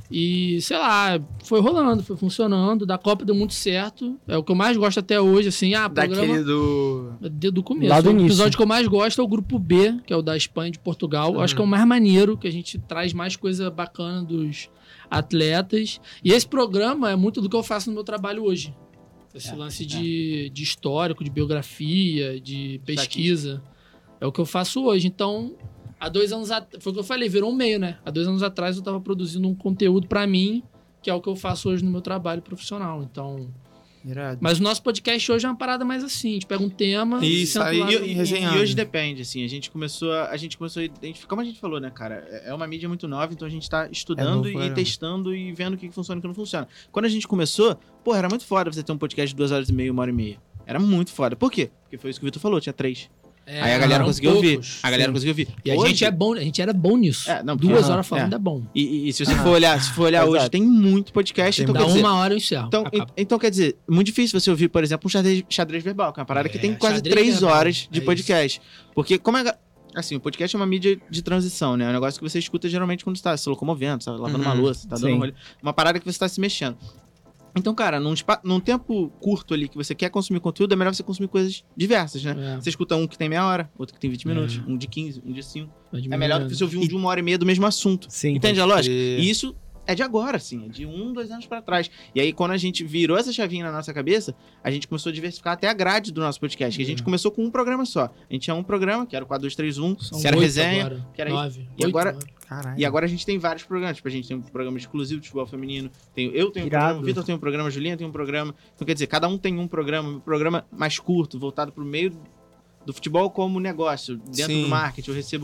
e, sei lá, foi rolando, foi funcionando. Da Copa deu muito certo. É o que eu mais gosto até hoje, assim.
Daquele
Programa
do...
do começo.
Lá do
O
início.
episódio que eu mais gosto é o grupo B, que é o da Espanha e de Portugal. Eu acho que é o mais maneiro, que a gente traz mais coisa bacana dos atletas. E esse programa é muito do que eu faço no meu trabalho hoje. Esse lance de histórico, de biografia, de pesquisa. É o que eu faço hoje. Então, há 2 anos atrás... Foi o que eu falei, virou um meio, né? Há 2 anos atrás eu tava produzindo um conteúdo pra mim, que é o que eu faço hoje no meu trabalho profissional. Então...
Irado.
Mas o nosso podcast hoje é uma parada mais assim. A gente pega um tema...
Isso,
senta
aí
lá
e resenhando.
E hoje depende, assim, a gente começou a identificar, como a gente falou, né, cara, é uma mídia muito nova, então a gente tá estudando
novo,
e testando e vendo o que funciona e o que não funciona. Quando a gente começou, porra, era muito foda você ter um podcast de 2 horas e meia, 1h30. Era muito foda. Por quê? Porque foi isso que o Vitor falou, tinha 3. Aí a galera
eram
conseguiu ouvir.
poucos.
A galera conseguiu ouvir.
E a
Hoje-
gente era bom nisso.
É, não, porque-
2 horas falando
é.
é bom.
E se você for olhar, hoje,
Exato.
tem muito podcast.
Tem
Então,
Dá
quer dizer,
1 hora eu encerro.
Então,
Acaba.
então, quer dizer, muito difícil você ouvir, por exemplo, um xadrez verbal, que é uma parada que tem quase
xadrez
3
verbal,
horas de
é
podcast. Porque, como é. Assim, o podcast é uma mídia de transição, né? É um negócio que você escuta geralmente quando você tá se locomovendo, tá lavando uma louça, tá dando
Sim.
um rolê. Uma parada que você tá se mexendo. Então, cara, num tempo curto ali que você quer consumir conteúdo, é melhor você consumir coisas diversas, né?
É.
Você escuta um que tem meia hora, outro que tem 20 minutos, um de 15, um de 5.
Vai
É melhor do que você ouvir um de 1h30 do mesmo assunto.
Sim.
Entende a lógica?
crer.
E isso é de agora, assim, é de 1, 2 anos pra trás. E aí, quando a gente virou essa chavinha na nossa cabeça, a gente começou a diversificar até a grade do nosso podcast. Que a gente começou com um programa só. A gente tinha um programa, que era o 4231,
São
que era
8
resenha.
agora,
que era
9.
E agora-
Caralho.
E agora a gente tem vários programas. Tipo, a gente tem um programa exclusivo de futebol feminino. Eu tenho um
Irado.
programa, o Vitor tem um programa, a Julinha tem um programa. Então, quer dizer, cada um tem um programa mais curto, voltado pro meio do futebol como negócio. Dentro
Sim.
do marketing, eu recebo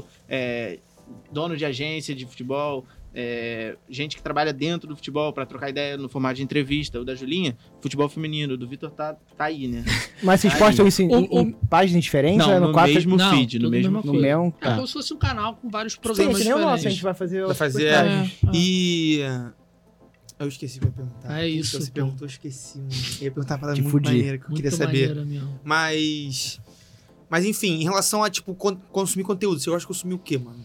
dono de agência de futebol, gente que trabalha dentro do futebol pra trocar ideia no formato de entrevista. O da Julinha, futebol feminino. O do Vitor tá aí, né?
Mas vocês
Aí.
postam isso em,
O-
em páginas diferentes? ou é
Não,
no
no
4?
mesmo
Não,
feed. No
tudo
mesmo
mesma
No
coisa.
mesmo?
É como se fosse um canal com vários
Sim,
programas
que nem o nosso, a
diferentes.
gente vai fazer...
Vai fazer,
postagens.
E... Eu esqueci o que eu ia perguntar.
É isso,
Você
pô.
perguntou, eu esqueci, mano. Eu ia perguntar uma parada
Te
muito
fudi.
maneira que eu
Muito
queria saber.
maneira mesmo.
Mas enfim, em relação a, tipo, consumir conteúdo, você gosta de consumir o quê, mano?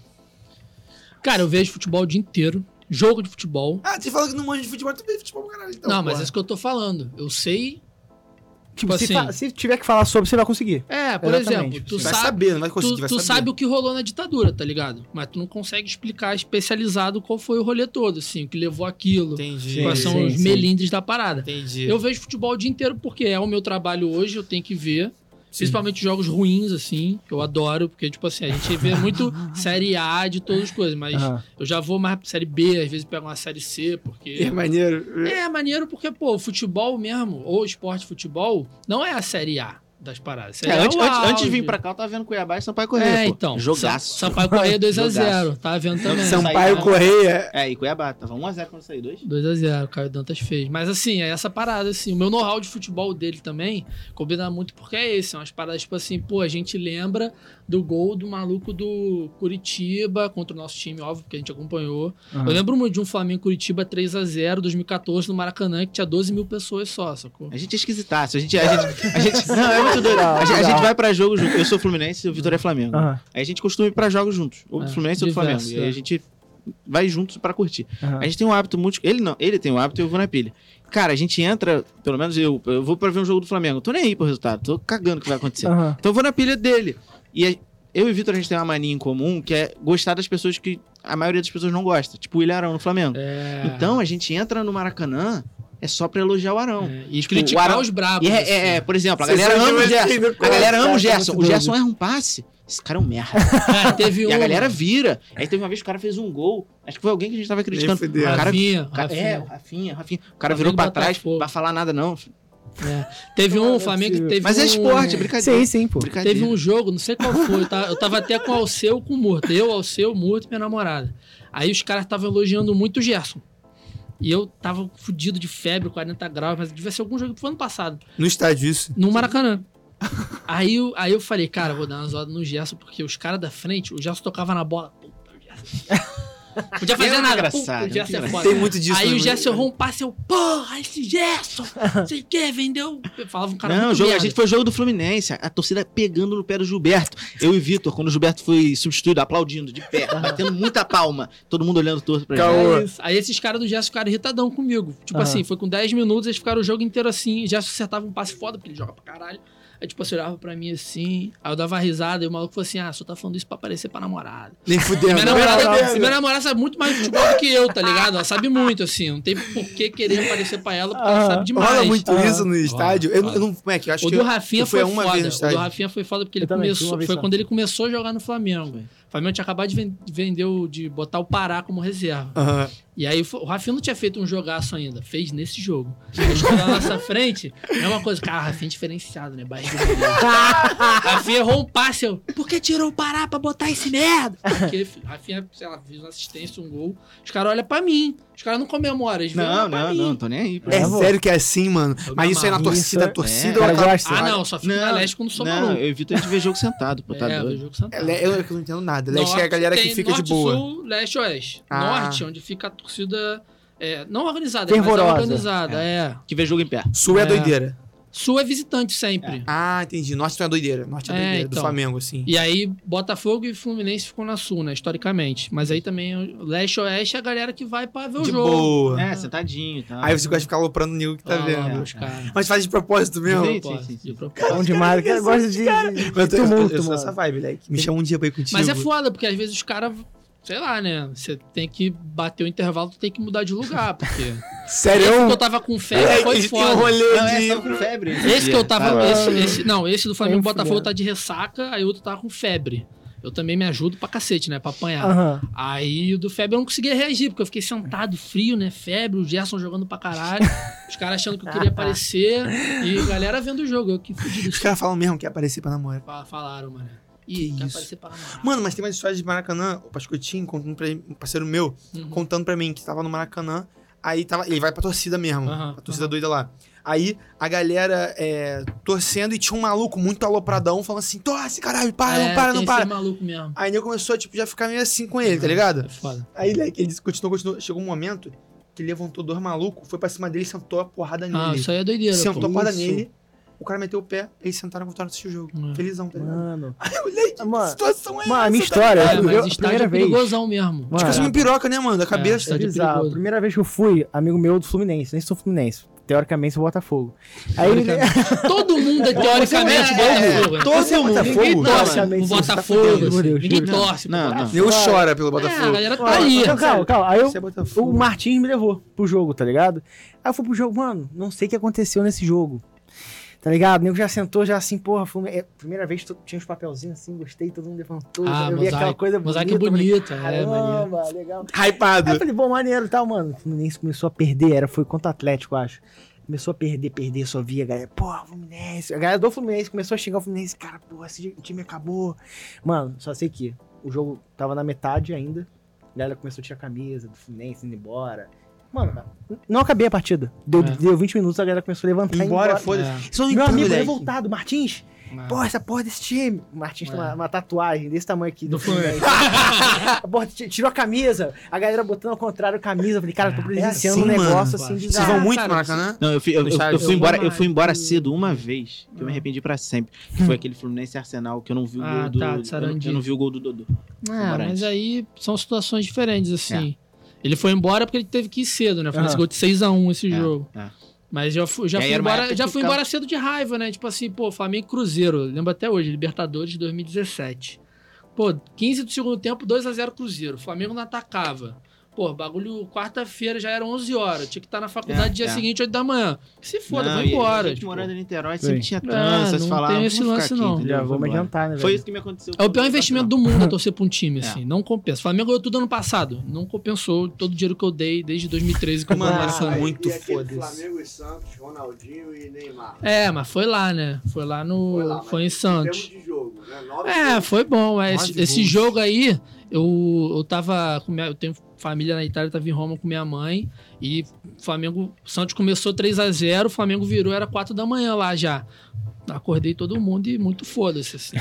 Cara, eu vejo futebol o dia inteiro. Jogo de futebol.
Ah, você fala que não manja de futebol, tu vê futebol pra caralho, então.
não, mas é
porra.
isso que eu tô falando. Eu sei
Tipo,
assim,
se tiver que falar sobre, você vai conseguir.
por
Exatamente.
exemplo, tu
Vai
sabe,
saber, não vai conseguir, vai
tu
saber.
sabe o que rolou na ditadura, tá ligado? Mas tu não consegue explicar especializado qual foi o rolê todo, assim, o que levou aquilo,
Entendi.
quais são os
sim.
melindres da parada.
Entendi.
Eu vejo futebol o dia inteiro porque é o meu trabalho hoje, eu tenho que ver. Principalmente jogos ruins, assim, que eu adoro, porque, tipo assim, a gente vê muito Série A de todas as coisas, mas eu já vou mais pra Série B, às vezes pego uma Série C, porque...
É maneiro.
É maneiro porque, pô, o futebol mesmo, ou esporte de futebol, não é a Série A das paradas. Série A é o
Antes de vir
auge.
pra cá, eu tava vendo Cuiabá e Sampaio Corrêa, pô.
Então.
Jogaço.
Sampaio Corrêa 2x0,
Jogaço.
tá vendo também.
Sampaio Correia.
E Cuiabá. Tava 1x0 quando saiu, 2?
2x0, o Caio Dantas fez. Mas assim, é essa parada, assim. O meu know-how de futebol dele também combina muito porque é esse. São umas paradas, tipo assim, pô, a gente lembra do gol do maluco do Curitiba contra o nosso time, óbvio, porque a gente acompanhou. Eu lembro muito de um Flamengo-Curitiba 3x0, 2014, no Maracanã, que tinha 12 mil pessoas só, sacou?
A gente é esquisitaço. Não, é muito doido. A gente vai pra jogo junto. Eu sou Fluminense e o Vitor é Flamengo. Aí a gente costuma ir pra jogos juntos. Ou do Fluminense ou do Flamengo.
diverso,
E aí
é.
a gente vai juntos pra curtir. A gente tem um hábito muito... Ele tem um hábito e eu vou na pilha. Cara, a gente entra, pelo menos eu vou pra ver um jogo do Flamengo. Tô nem aí pro resultado, tô cagando o que vai acontecer. Então eu vou na pilha dele. E eu e o Vitor, a gente tem uma mania em comum, que é gostar das pessoas que a maioria das pessoas não gosta. Tipo o Ilharão no Flamengo. Então a gente entra no Maracanã, é só pra elogiar o Arão.
E
Tipo,
criticar
o Arão-
os brabos.
E
assim.
por exemplo, a
Vocês
galera
são
ama o
divertidos,
Gerson.
cara.
A galera ama o
Cara,
Gerson.
tá
O
muito
Gerson
doido.
erra um passe. Esse cara é um merda.
Cara, teve
E a
um-
galera vira. Aí teve uma vez que o cara fez um gol. Acho que foi alguém que a gente tava criticando.
Nem fudeu.
O cara,
Rafinha,
o cara-
Rafinha.
o Rafinha. O cara virou pra trás,
Botafogo.
vai falar nada não.
Teve
Não
um
é
Flamengo que
possível.
teve
Mas é esporte, é brincadeira.
Sim, sim, pô.
Brincadeira.
Teve um jogo, não sei qual foi, tá? Eu tava até com o Alceu com o Murta. Eu, Alceu, Murta e minha namorada. Aí os caras estavam elogiando muito o Gerson. E eu tava fudido de febre, 40 graus, mas devia ser algum jogo que foi ano passado,
No estádio, isso.
no Maracanã. Aí eu falei, cara, vou dar uma zoada no Gerson, porque os caras da frente, o Gerson tocava na bola. Puta, o Gerson. Podia fazer
É muito
nada.
engraçado,
Puta, o Gerson é
muito
foda.
Tem muito disso.
Aí
né,
o
mano?
Gerson errou um passe, eu, porra, esse Gerson, sei o que, vendeu. Eu falava um cara
Não,
muito
o jogo, a
merda.
gente foi o jogo do Fluminense, a torcida pegando no pé do Gilberto. Eu e Vitor, quando o Gilberto foi substituído, aplaudindo de pé, batendo muita palma, todo mundo olhando torto pra
Caô.
ele.
É isso. Aí esses caras do Gerson ficaram irritadão comigo. Tipo
Aham.
assim, foi com 10 minutos, eles ficaram o jogo inteiro assim. Gerson acertava um passe foda, porque ele joga pra caralho. Aí, tipo, você olhava pra mim assim. Aí eu dava risada e o maluco falou assim: ah, só tá falando isso pra aparecer pra namorada.
Nem fudendo.
Minha namorada sabe muito mais de futebol do que eu, tá ligado? Ela sabe muito, assim. Não tem por que querer aparecer pra ela, porque ela sabe demais.
Rola muito isso no
Rola,
estádio.
rola.
Eu não. Como é que eu acho
O
que
do Rafinha
eu fui
foi
uma
foda.
vez no
O do
estádio.
Rafinha foi foda porque ele
Eu também, fui
começou.
uma vez
Foi
só.
quando ele começou a jogar no Flamengo. O Flamengo tinha acabado de vender de botar o Pará como reserva.
Aham.
E aí o Rafinha não tinha feito um jogaço ainda, fez nesse jogo. Aí chegou na nossa frente, é uma coisa, cara, Rafinha é diferenciado, né? Barriga de mulher. Rafinha errou um passe, eu, por que tirou o Pará pra botar esse merda? Porque Rafinha, sei lá, fez uma assistência, um gol, os caras olham pra mim, os caras não comemoram, eles
Não,
olham pra mim.
não, tô nem aí.
É
pô.
sério que é assim, mano.
Eu
Mas
me
isso aí na
amarro.
torcida, a
Isso,
torcida...
cara
ela-
gosta.
Ah, não, só fico na leste quando sou maluco.
eu evito a gente ver jogo sentado, pô, tá
É,
doido.
o jogo sentado.
Eu não entendo nada. Leste é a galera que
tem
fica de
norte,
boa.
Sul, leste e oeste.
Ah.
Norte, onde fica a torcida não organizada,
Fervorosa.
mas é organizada, é.
Que vê jogo em pé.
Sul é
É.
doideira.
Sul é visitante sempre.
Ah, entendi. Norte não é doideira. Norte é doideira. Do
então.
Flamengo, assim.
E aí, Botafogo e Fluminense ficam na Sul, né? Historicamente. Mas aí também, leste e oeste é a galera que vai pra ver o
De
jogo.
boa.
É, sentadinho e tal.
Aí você gosta de ficar aloprando o Nego que tá
Lá,
vendo.
lá, os caras.
Mas faz de propósito mesmo.
Sim,
Pô,
sim.
de propósito.
Bom demais. O cara gosta de
Mas eu
tumulto,
sou essa
mano.
vibe, moleque. Me chama um dia pra ir contigo.
Mas é foda, porque às vezes os caras, sei lá, né? Você tem que bater o intervalo, tu tem que mudar de lugar, porque...
Sério?
Esse que eu tava com febre foi
Tem um
foda.
rolê
Não,
de...
tava com febre.
Esse que eu tava.
Caramba.
Esse do Flamengo e
Nem
Botafogo
fudendo.
tá de ressaca, aí o outro tá com febre. Eu também me ajudo pra cacete, né? Pra apanhar.
Aham.
Aí o do febre eu não conseguia reagir, porque eu fiquei sentado, frio, né? Febre, o Gerson jogando pra caralho. Os caras achando que eu queria aparecer. E a galera vendo o jogo. Eu que fudido.
Os caras falam mesmo que ia aparecer pra namorar.
Falaram, mano.
Que
Quer
isso.
aparecer pra namorar.
Mano, mas tem mais histórias de Maracanã. O Pascotinho contando pra um parceiro meu,
Uhum.
contando pra mim que tava no Maracanã. Aí tava, ele vai pra torcida mesmo.
Aham,
A torcida doida lá. Aí a galera torcendo e tinha um maluco muito alopradão falando assim: torce, caralho, para, não para, não
tem
para.
esse maluco mesmo.
Aí ele começou a tipo, já ficar meio assim com ele, tá ligado?
É foda.
Aí moleque, ele continuou. Chegou um momento que ele levantou dois malucos, foi pra cima dele e sentou a porrada
Ah,
nele.
isso aí é doideira.
Sentou a
pô.
porrada
Isso.
nele, o cara meteu o pé, eles sentaram e voltaram a assistir o jogo.
É.
Felizão, tá ligado?
Mano.
Aí eu olhei, que
Mano,
situação é
mano, a
essa?
minha
tá
história,
ligado?
É, mas
eu-
estádio
primeira
é
vez.
perigosão mesmo.
Mano,
Acho que eu sou uma piroca, né, mano? Da cabeça.
Estádio
bizarro.
perigoso.
Primeira vez que eu fui, amigo meu do Fluminense, nem sou Fluminense. teoricamente, sou Botafogo. Aí ele...
Todo mundo é teoricamente Botafogo.
Todo mundo.
Ninguém torce
Teoricamente,
o
você tá
Botafogo.
fudendo, meu Deus.
Ninguém torce pro
Não, não.
Botafogo.
Eu choro pelo
É, a
Botafogo.
galera tá aí.
Não, calma. Aí
Você é Botafogo.
o Martins me levou pro jogo, tá ligado? Aí eu fui pro jogo, mano, não sei o que aconteceu nesse jogo. Tá ligado? O nego já sentou, já assim, porra, primeira vez tinha uns papelzinhos assim, gostei, todo mundo levantou, eu vi aquela coisa
mosaico
bonita.
bonito,
Falei, caramba, legal.
Hypado.
Aí eu falei, bom, maneiro e tal, mano. O Fluminense começou a perder, foi contra o Atlético, eu acho. Começou a perder, só via a galera, porra, Fluminense. A galera do Fluminense começou a xingar o Fluminense, cara, porra, esse time acabou. Mano, só sei que o jogo tava na metade ainda, a galera começou a tirar a camisa do Fluminense, indo embora. Mano, não acabei a partida. Deu 20 minutos, a galera começou a levantar e ir
Embora,
embora.
foda-se. Isso eu não
Meu
entendo,
amigo
moleque.
revoltado, Martins. Porra, essa porra desse time. O Martins tem uma tatuagem desse tamanho aqui.
Do
Fluminense. Porra, tirou a camisa. A galera botando ao contrário a camisa. Eu falei, cara, eu tô presenciando
assim,
um negócio
mano.
assim
Vocês
Vocês
bizarro.
vão muito
cara,
no Maracanã?
Não, eu fui
eu
embora,
vou
cedo uma vez, que eu me arrependi pra sempre. Que foi aquele Fluminense Arsenal, que eu não vi o gol do...
tá, de Sarandi.
eu não vi o gol do Dodô.
Mas aí são situações diferentes, assim. Ele foi embora porque ele teve que ir cedo, né? Foi
Aham.
gol de 6-1 esse jogo.
É.
Mas já fui
E aí era uma
embora,
época
já
que
fui
ficava-
embora cedo de raiva, né? Tipo assim, pô, Flamengo e Cruzeiro. Lembro até hoje, Libertadores de 2017. Pô, 15 do segundo tempo, 2-0 Cruzeiro. O Flamengo não atacava. Pô, bagulho, quarta-feira já eram 11 horas. Tinha que estar na faculdade dia seguinte, 8 da manhã. Se foda,
Não,
vou
e
embora.
a gente
tipo.
morando em Niterói,
Sim.
sempre tinha trânsito,
não
você falava,
tem esse
vamos
lance,
ficar aqui,
não.
entendeu?
Já vou me
Vambora.
adiantar, né,
Foi
velho?
isso que me aconteceu.
É o pior investimento do mundo torcer pra um time,
É.
assim. Não compensa. O Flamengo ganhou tudo ano passado. Não compensou todo o dinheiro que eu dei desde 2013 que eu
Mano,
fui
isso é
Maracanã.
muito
e aquele
foda-se.
Flamengo e Santos, Ronaldinho e Neymar.
Mas foi lá, né? Foi lá no.
Foi lá,
Foi em
mas
Santos.
Em termos de jogo, né? 9 jogos.
Foi bom.
Nove
Esse
gols.
jogo aí, eu tava com eu tenho família na Itália, tava em Roma com minha mãe. E Santos começou 3-0, o Flamengo virou, era 4 da manhã lá já. Acordei todo mundo e muito foda-se, assim.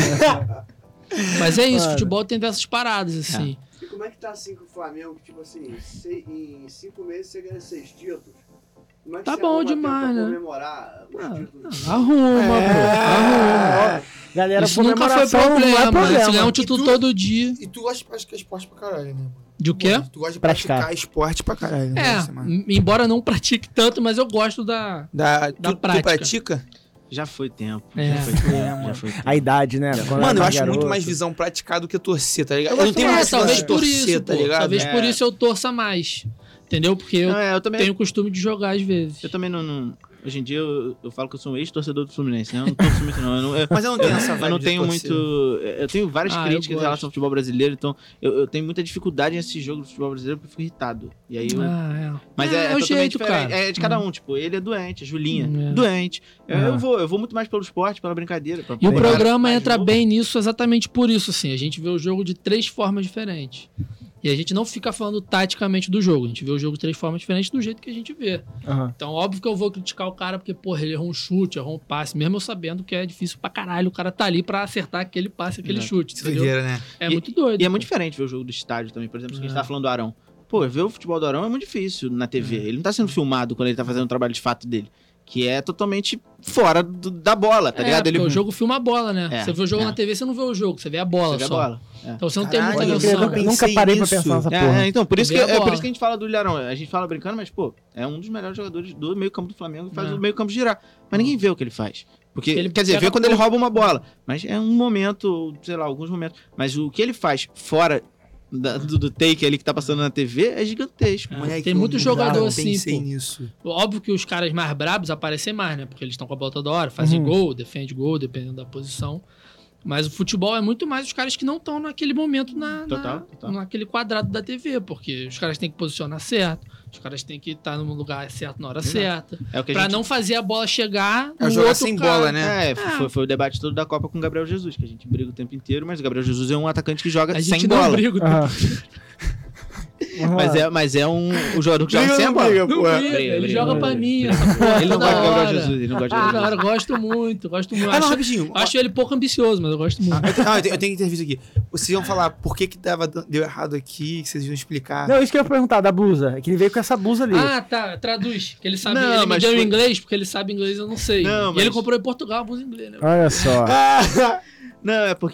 Mas é isso,
Mano.
futebol tem dessas paradas, assim.
E como é que tá assim com o Flamengo? Tipo assim, em 5 meses você ganha 6 títulos. Como é que
Tá
você
bom
arruma tempo
demais,
pra
né?
comemorar os títulos?
Arruma, pô. Arruma.
Galera,
Isso nunca foi
comemoração não
problema,
é
né?
problema.
Se ganhar um título
E tu-
todo dia.
E tu gosta de praticar esporte pra caralho, né? mano?
De o quê?
Tu gosta de
Praticar.
praticar esporte pra caralho, né? Nossa, mano.
Embora não pratique tanto, mas eu gosto da
Tu
prática.
pratica?
Já foi tempo.
É.
Já foi tempo.
mano.
Já foi tempo.
A idade, né? Quando
Mano, eu
era
acho muito
garoto.
mais visão praticar do que torcer, tá ligado?
Eu
Eu não
gosto
tenho
mais,
mais
talvez
de
por
torcer,
isso,
tá
pô.
ligado?
Talvez
É.
por isso eu torça mais. Entendeu? Porque eu
Eu também,
tenho o costume de jogar às vezes.
eu também não... Hoje em dia eu falo que eu sou um ex-torcedor do Fluminense, né? Eu não torço muito, não.
Mas eu não tenho essa
Eu
vibe
não
de
tenho
torcer.
muito... Eu tenho várias
Eu
críticas em
gosto.
relação ao futebol brasileiro, então eu tenho muita dificuldade nesse jogo do futebol brasileiro porque eu fico irritado. E aí eu... Mas é
o
totalmente
jeito,
diferente.
cara.
É de cada um, tipo, ele é doente, a Julinha,
É.
doente.
É.
Eu vou muito mais pelo esporte, pela brincadeira.
E o
pra-
programa
mais
entra
novo.
bem nisso exatamente por isso, assim. A gente vê o jogo de 3 formas diferentes. E a gente não fica falando taticamente do jogo. A gente vê o jogo de 3 formas diferentes do jeito que a gente vê.
Aham.
Então, óbvio que eu vou criticar o cara porque, porra, ele errou um chute, errou um passe. Mesmo eu sabendo que é difícil pra caralho. O cara tá ali pra acertar aquele passe, aquele
Exato.
chute, entendeu?
Doideira, né?
É muito doido.
E é muito diferente ver o jogo do estádio também. Por exemplo, se a gente
É.
tá falando do Arão. Pô, ver o futebol do Arão é muito difícil na TV. Ele não tá sendo filmado quando ele tá fazendo o trabalho de fato dele. Que é totalmente fora da bola, tá ligado?
Porque
Ele
o jogo filma a bola, né?
É,
você vê o jogo
é.
na TV, você não vê o jogo, você vê a bola
Você vê a
só.
bola. É.
Então você não tem
Caralho,
muita
eu
noção.
Eu
pensei
nunca parei pra
nisso.
pensar nessa porra.
Então, por isso,
Vê a
por
bola.
isso que a gente fala do Ilharão. A gente fala brincando, mas, pô, é um dos melhores jogadores do meio campo do Flamengo e faz
É.
o meio campo girar. Mas ninguém vê o que ele faz. Porque,
Ele
quer dizer,
pega
vê quando ele
pouco.
rouba uma bola. Mas é um momento, sei lá, alguns momentos. Mas o que ele faz fora do take ali que tá passando na TV é gigantesco.
Moleque,
Tem muito
eu
jogador
não
assim,
pensei
pô.
nisso.
Óbvio que os caras mais brabos aparecem mais, né? Porque eles estão com a bola toda hora, fazem
Uhum.
gol, defende gol, dependendo da posição. Mas o futebol é muito mais os caras que não estão naquele momento
Total.
naquele quadrado da TV, porque os caras têm que posicionar certo, os caras têm que estar no lugar certo na hora
Exato.
certa,
É o que a
pra
gente...
não fazer a bola chegar
É
no
jogar
outro
sem
cara.
bola, né?
Foi o debate todo da Copa com o Gabriel Jesus, que a gente briga o tempo inteiro, mas o Gabriel Jesus é um atacante que joga
A
sem
gente não
bola.
briga.
Aham.
Mas é um jogador que joga
Briga
sem
não
a bola.
briga,
Não
pô.
briga,
Briga,
ele
briga,
joga
briga.
pra mim, essa porra,
Ele não
toda
gosta de Gabriel
hora.
Jesus, ele não gosta de Gabriel
Cara,
Jesus.
gosto muito.
Ah, não, rapidinho.
Acho ele pouco ambicioso, mas eu gosto muito.
Eu tenho que ter visto aqui. Vocês iam falar por que deu errado aqui, que vocês iam explicar.
Não, isso que eu ia perguntar, da blusa. É que ele veio com essa blusa ali.
Ah, tá. Traduz. Que ele sabe.
Não,
ele me
mas
deu em
foi-
inglês, porque ele sabe inglês, eu não sei.
Não,
E ele
mas-
comprou em Portugal, abuso inglês, né?
Olha só.
Não, é porque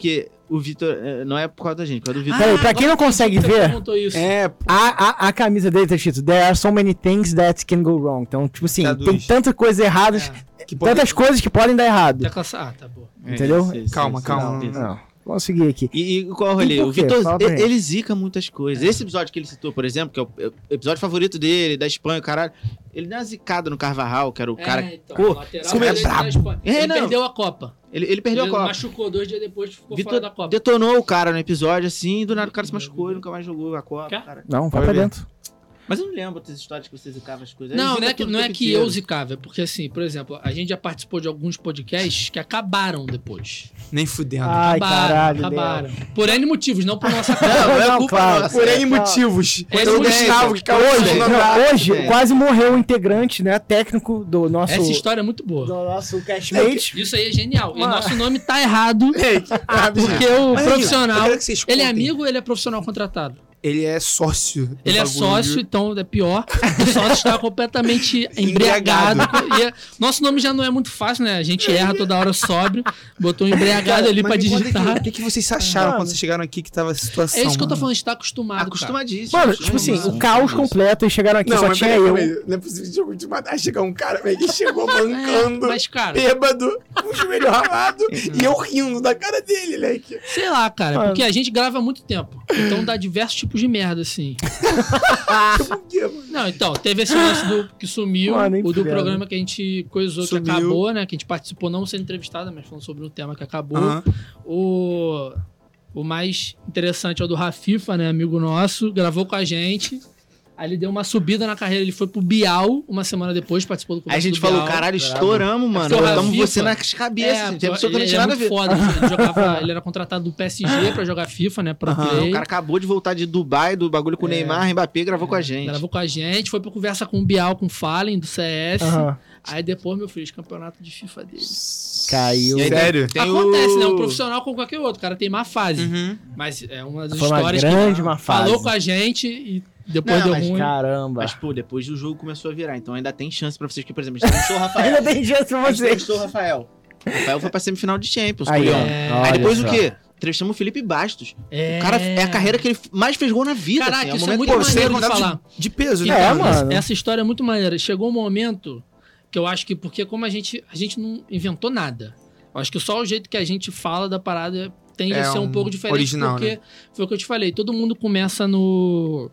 o Vitor, não é por causa da gente, por causa do Vitor.
Peraí, pra quem não consegue ver,
Perguntou isso.
a camisa dele tá escrito There are so many things that can go wrong. Então, tipo assim,
Traduz.
tem tantas coisas erradas, tantas coisas que podem dar errado.
Tá bom.
Entendeu?
Calma.
Não, vamos seguir aqui.
E qual é o rolê?
E por
O
quê?
Vitor,
Fala pra gente.
ele zica muitas coisas. Esse episódio que ele citou, por exemplo, que é o episódio favorito dele, da Espanha, caralho, ele deu uma zicada no Carvajal, que era o cara...
Então,
Pô,
lateral
como é
direito da
brabo.
Espanha. Ele
Não.
perdeu a Copa.
Ele perdeu a
Ele
Copa.
machucou 2 dias depois, ficou
Vitor
fora da Copa.
detonou o cara no episódio, assim, e do nada o cara se machucou e nunca mais jogou a Copa.
Quer?
Cara.
Não, vai
Vai
pra
ver.
dentro.
Mas eu não lembro dessas histórias que você zicava as coisas.
Não,
Ele
não é
zica
que,
tudo
não
o
é
tempo
que
inteiro.
eu zicava, é porque assim, por exemplo, a gente já participou de alguns podcasts que acabaram depois.
Nem fudendo.
Ai, caralho,
acabaram. Por N motivos, não por nossa conta.
Não é
Não,
culpa
claro.
nossa.
Por N
Não.
motivos.
Esse
Eu
é
Gustavo que caiu
Hoje
É.
quase morreu um integrante, né, técnico do nosso...
Essa história é muito boa.
do nosso castmate.
Isso aí é genial. E
Mano.
nosso nome tá errado, porque o
Mas,
profissional...
eu quero que vocês
Ele é
contem.
amigo ou ele é profissional contratado?
Ele é sócio. do
Ele é
bagulho.
sócio, então é pior. O sócio está completamente embriagado. Nosso nome já não é muito fácil, né? A gente erra toda hora sóbrio. Botou um embriagado ali
Mas
pra
me conta
digitar.
aqui, o que vocês acharam
Mano.
quando vocês chegaram aqui que tava a situação?
É isso que eu tô
mano?
falando, a gente tá acostumado, cara.
Acostumadíssimo.
Mano, tipo assim, o caos completo, e chegaram aqui, só
mas
tinha
peraí,
eu.
peraí, não é possível de algum te matar. Chegar um cara, velho, que chegou mancando,
Mas, cara,
bêbado, com o joelho ralado, e eu rindo da cara dele, moleque.
sei lá, cara,
Mano.
porque a gente grava há muito tempo. Então dá diversos tipos de merda, assim.
Por quê, mano?
Não, então, teve esse lance que sumiu,
Mano, nem
o do
fudendo.
programa que a gente coisou,
Sumiu.
que acabou, né? Que a gente participou, não sendo entrevistada, mas falando sobre um tema que acabou.
Aham.
O mais interessante é o do Rafifa, né? Amigo nosso, gravou com a gente. Aí ele deu uma subida na carreira, ele foi pro Bial uma semana depois, participou do
Aí a
Conversa
gente
do
falou,
Bial.
caralho, estouramos, mano.
porque o
Botamos
Rafifa-
você nas cabeças. Não tem absolutamente
ele é
nada a
muito
ver.
foda. Ele era contratado do PSG pra jogar FIFA, né? Pro
Aham.
play.
O cara acabou de voltar de Dubai, do bagulho com o Neymar, Mbappé, gravou com a gente.
Gravou com a gente, foi pra conversa com o Bial, com o Fallen, do CS.
Aham.
Aí depois, meu filho, campeonato de FIFA dele.
Caiu.
E aí,
Sério?
tem
Acontece,
o...
né? Um profissional com qualquer outro. O cara tem má fase.
Uhum.
Mas é uma das
Foi uma
histórias
grande
que
má fase.
falou com a gente e depois
Não,
deu
mas,
ruim.
Caramba.
Mas, pô, depois do jogo começou a virar. Então ainda tem chance pra vocês. Porque, por exemplo, a gente entrevistou o Rafael.
Ainda tem chance pra
A gente
você.
entrevistou o Rafael. O Rafael foi pra semifinal de Champions.
Aí,
com o
ó.
Lyon.
Olha
Aí depois
só.
o quê? Entrevistamos o Felipe Bastos.
É...
O cara é a carreira que ele mais fez gol na vida.
Caraca,
assim, é um
isso é
momento
muito
Pô, você é
maneiro de
convidado
falar.
de peso, né?
É,
Então,
mano.
essa história é muito maneira. Chegou um momento que eu acho que, porque como a gente não inventou nada. Eu acho que só o jeito que a gente fala da parada tende
É
a ser um
um
pouco diferente.
original,
porque
né?
foi o que eu te falei. Todo mundo começa no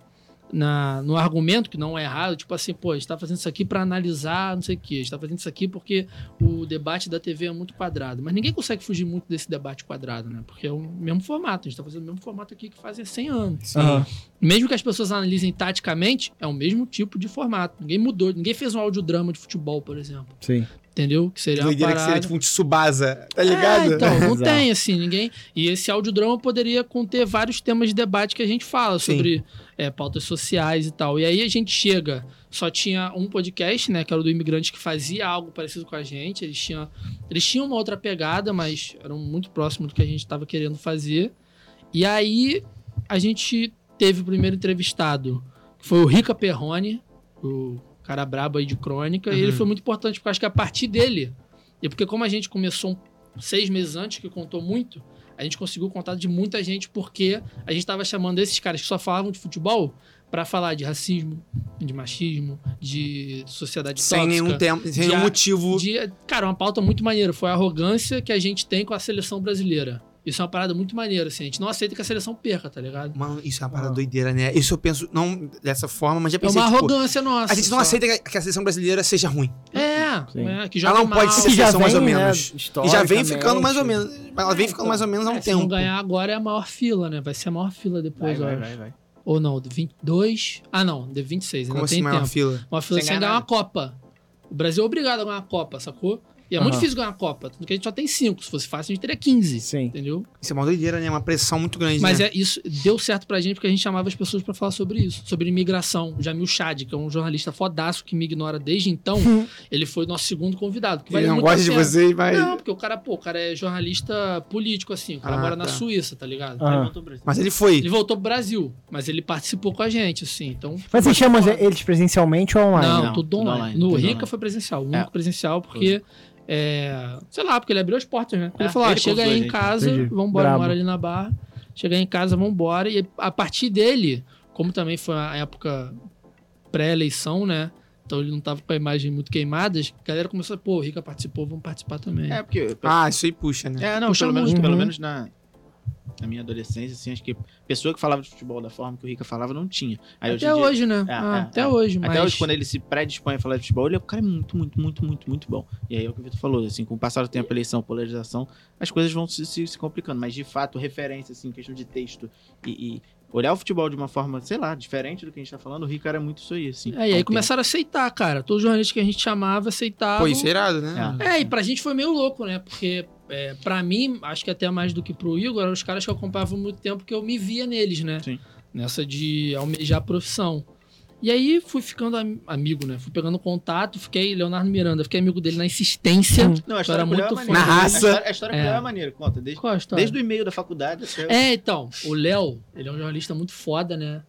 argumento, que não é errado, tipo assim, pô, a gente tá fazendo isso aqui pra analisar, não sei o quê. A gente tá fazendo isso aqui porque o debate da TV é muito quadrado. Mas ninguém consegue fugir muito desse debate quadrado, né? Porque é o mesmo formato. A gente tá fazendo o mesmo formato aqui que fazem 100 anos.
Aham.
Mesmo que as pessoas analisem taticamente, é o mesmo tipo de formato. Ninguém mudou. Ninguém fez um audiodrama de futebol, por exemplo.
Sim.
Entendeu? Que seria uma
Doideira que
parada...
seria tipo um Tsubasa, tá ligado?
então, não
Exato.
tem, assim, ninguém... E esse audiodrama poderia conter vários temas de debate que a gente fala
Sim.
sobre pautas sociais e tal. E aí a gente chega... Só tinha um podcast, né? Que era o do Imigrante, que fazia algo parecido com a gente. Eles tinham uma outra pegada, mas eram muito próximos do que a gente estava querendo fazer. E aí a gente teve o primeiro entrevistado, que foi o Rica Perrone, o cara brabo aí de crônica. E ele foi muito importante, porque eu acho que a partir dele... E porque como a gente começou 6 meses antes, que contou muito, a gente conseguiu contato de muita gente, porque a gente estava chamando esses caras que só falavam de futebol para falar de racismo, de machismo, de sociedade
Sem
tóxica.
nenhum tempo, sem nenhum motivo.
Cara, uma pauta muito maneira. Foi a arrogância que a gente tem com a seleção brasileira. Isso é uma parada muito maneira, assim. A gente não aceita que a seleção perca, tá ligado?
Mano, isso é uma parada doideira, né? Isso eu penso, não dessa forma, mas já
É
pensei,
uma
tipo,
arrogância nossa.
a gente não
só.
aceita que a seleção brasileira seja ruim.
Sim.
Que joga
Ela não pode
mal.
ser
Que já
seleção mais ou
vem, né,
menos. E já vem ficando mais ou
historicamente.
menos. Ela vem ficando mais ou menos há um
Se não
tempo.
ganhar agora é a maior fila, né? Vai ser a maior fila depois, eu acho.
vai.
Ou não, de 22... Ah, não, de 26, ainda
Como
tem
assim, maior
tempo.
fila?
Uma fila
Sem
sem
ganhar
ganhar uma
nada.
Copa. O Brasil é obrigado a ganhar uma Copa, sacou? E é muito
Aham.
difícil ganhar uma Copa, porque a gente só tem 5. Se fosse fácil, a gente teria 15.
Sim.
Entendeu?
Isso é uma doideira, né? Uma pressão muito grande,
Mas
né?
isso deu certo pra gente porque a gente chamava as pessoas pra falar sobre isso, sobre imigração. O Jamil Chad, que é um jornalista fodaço que me ignora desde então, ele foi o nosso segundo convidado. Que
Ele
valeu
não
muito a
gosta de
pena.
você, mas...
Não, porque o cara é jornalista político, assim. O cara
Ah,
mora na
tá.
Suíça, tá ligado?
Aham.
Mas ele foi.
Ele voltou pro Brasil, mas ele participou com a gente, assim. Então,
Mas vocês chamam
foda.
eles presencialmente ou online?
Não,
Não,
tudo
tudo
online.
online,
No
tudo
Rica
online.
foi presencial, o único
É.
presencial, porque sei lá, porque ele abriu as portas, né? Ele falou,
ele
chega aí
convidou a
em
gente.
casa,
Entendi.
vambora,
Brabo.
mora ali na Barra. Chega aí em casa, vambora. E a partir dele, como também foi a época pré-eleição, né? Então ele não tava com a imagem muito queimada, a galera começou a, pô, o Rica participou, vamos participar também.
Porque...
Isso aí puxa, né?
não,
Puxa
pelo
muito.
menos na minha adolescência, assim, acho que pessoa que falava de futebol da forma que o Rica falava não tinha. Aí,
Até hoje, né? Até hoje, mas...
Até hoje, quando ele se predispõe a falar de futebol, ele é um cara muito, muito, muito, muito, muito bom. E aí é o que o Vitor falou, assim, com o passar do tempo, eleição, polarização, as coisas vão se complicando. Mas, de fato, referência, assim, questão de texto e olhar o futebol de uma forma, sei lá, diferente do que a gente tá falando, o Rica era muito isso aí, assim.
E aí começaram a aceitar, cara. Todos os jornalistas que a gente chamava aceitavam.
Pô, isso é irado, né?
E pra gente foi meio louco, né? Porque, pra mim, acho que até mais do que pro Igor, eram os caras que eu acompanhava há muito tempo que eu me via neles, né?
Sim.
Nessa de almejar a profissão. E aí fui ficando amigo, né? Fui pegando contato, Leonardo Miranda, fiquei amigo dele na insistência.
Não, a
Eu
história
era
com o Léo
muito
é
fã.
maneira.
Na raça.
A história com o Léo é maneira, conta.
Qual a história?
Desde o e-mail da faculdade até...
Então, o Léo, ele é um jornalista muito foda, né?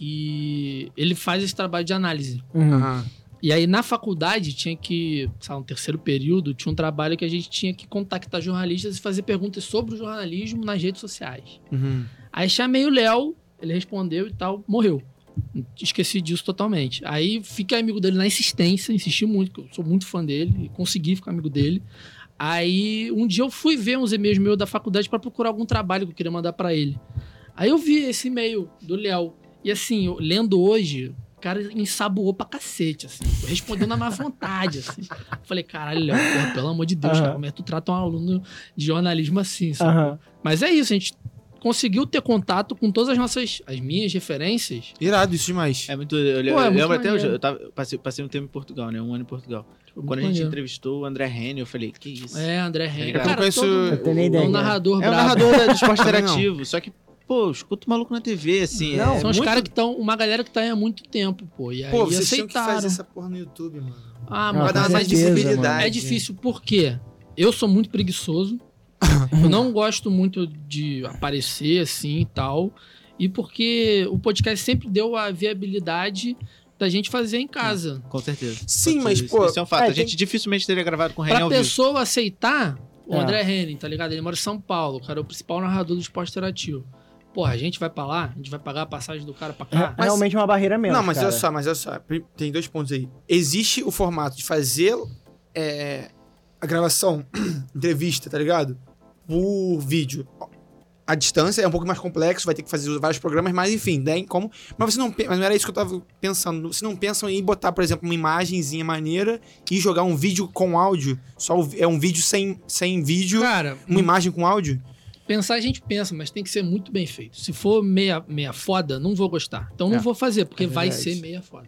Que ele faz esse trabalho de análise.
Aham.
E aí, na faculdade, tinha que, sabe, no terceiro período, tinha um trabalho que a gente tinha que contactar jornalistas e fazer perguntas sobre o jornalismo nas redes sociais.
Uhum.
Aí chamei o Léo, ele respondeu e tal, morreu. Esqueci disso totalmente. Aí fiquei amigo dele na insistência, insisti muito, porque eu sou muito fã dele, e consegui ficar amigo dele. Aí um dia eu fui ver uns e-mails meus da faculdade pra procurar algum trabalho que eu queria mandar pra ele. Aí eu vi esse e-mail do Léo. E assim, eu, lendo hoje, o cara ensaboou pra cacete, assim. Respondeu na má vontade, assim. Falei, caralho, Léo, porra, pelo amor de Deus, cara, como é que tu trata um aluno de jornalismo assim, sabe? Mas é isso, a gente conseguiu ter contato com todas as minhas referências.
Irado, isso demais.
É muito...
Pô,
Eu
é muito
lembro até hoje,
maneiro.
eu passei um tempo em Portugal, né? Um ano em Portugal.
Muito
Quando a gente
maneiro.
entrevistou o André Reni, eu falei, que isso?
André Henrique.
Eu
não conheço-
Eu tenho nem
é
ideia.
um narrador
É um
brabo.
narrador do esporte
Também não.
interativo, só que, pô, escuta o maluco na TV, assim.
Não,
São os
muito-
caras que estão... Uma galera que tá aí há muito tempo, pô. E aí
Pô, vocês tinham que
aceitaram.
fazer essa porra no YouTube, mano.
Ah,
Não,
mas
Vai dar
com
mais
certeza,
visibilidade.
é difícil porque eu sou muito preguiçoso. Eu não gosto muito de aparecer assim e tal. E porque o podcast sempre deu a viabilidade da gente fazer em casa.
Com certeza.
Sim,
Com
mas,
certeza.
pô,
Isso é um fato.
é,
A gente dificilmente teria gravado com o Reni
Pra
ao vivo.
pessoa aceitar o
É.
André Henning, tá ligado? Ele mora em São Paulo, o cara é o principal narrador do esporte interativo. Porra, a gente vai pra lá, a gente vai pagar a passagem do cara pra cá.
É realmente uma barreira mesmo.
Não, mas
cara.
olha só, tem 2 pontos aí. Existe o formato de fazer a gravação, entrevista, tá ligado? Por vídeo. A distância é um pouco mais complexo, vai ter que fazer vários programas, mas enfim, né, como... Mas mas não era isso que eu tava pensando. Vocês não pensam em botar, por exemplo, uma imagenzinha maneira e jogar um vídeo com áudio? É um vídeo sem vídeo,
Cara,
uma imagem com áudio?
pensar a gente pensa, mas tem que ser muito bem feito. Se for meia foda, não vou gostar. Então não vou fazer, porque vai
verdade.
ser meia foda.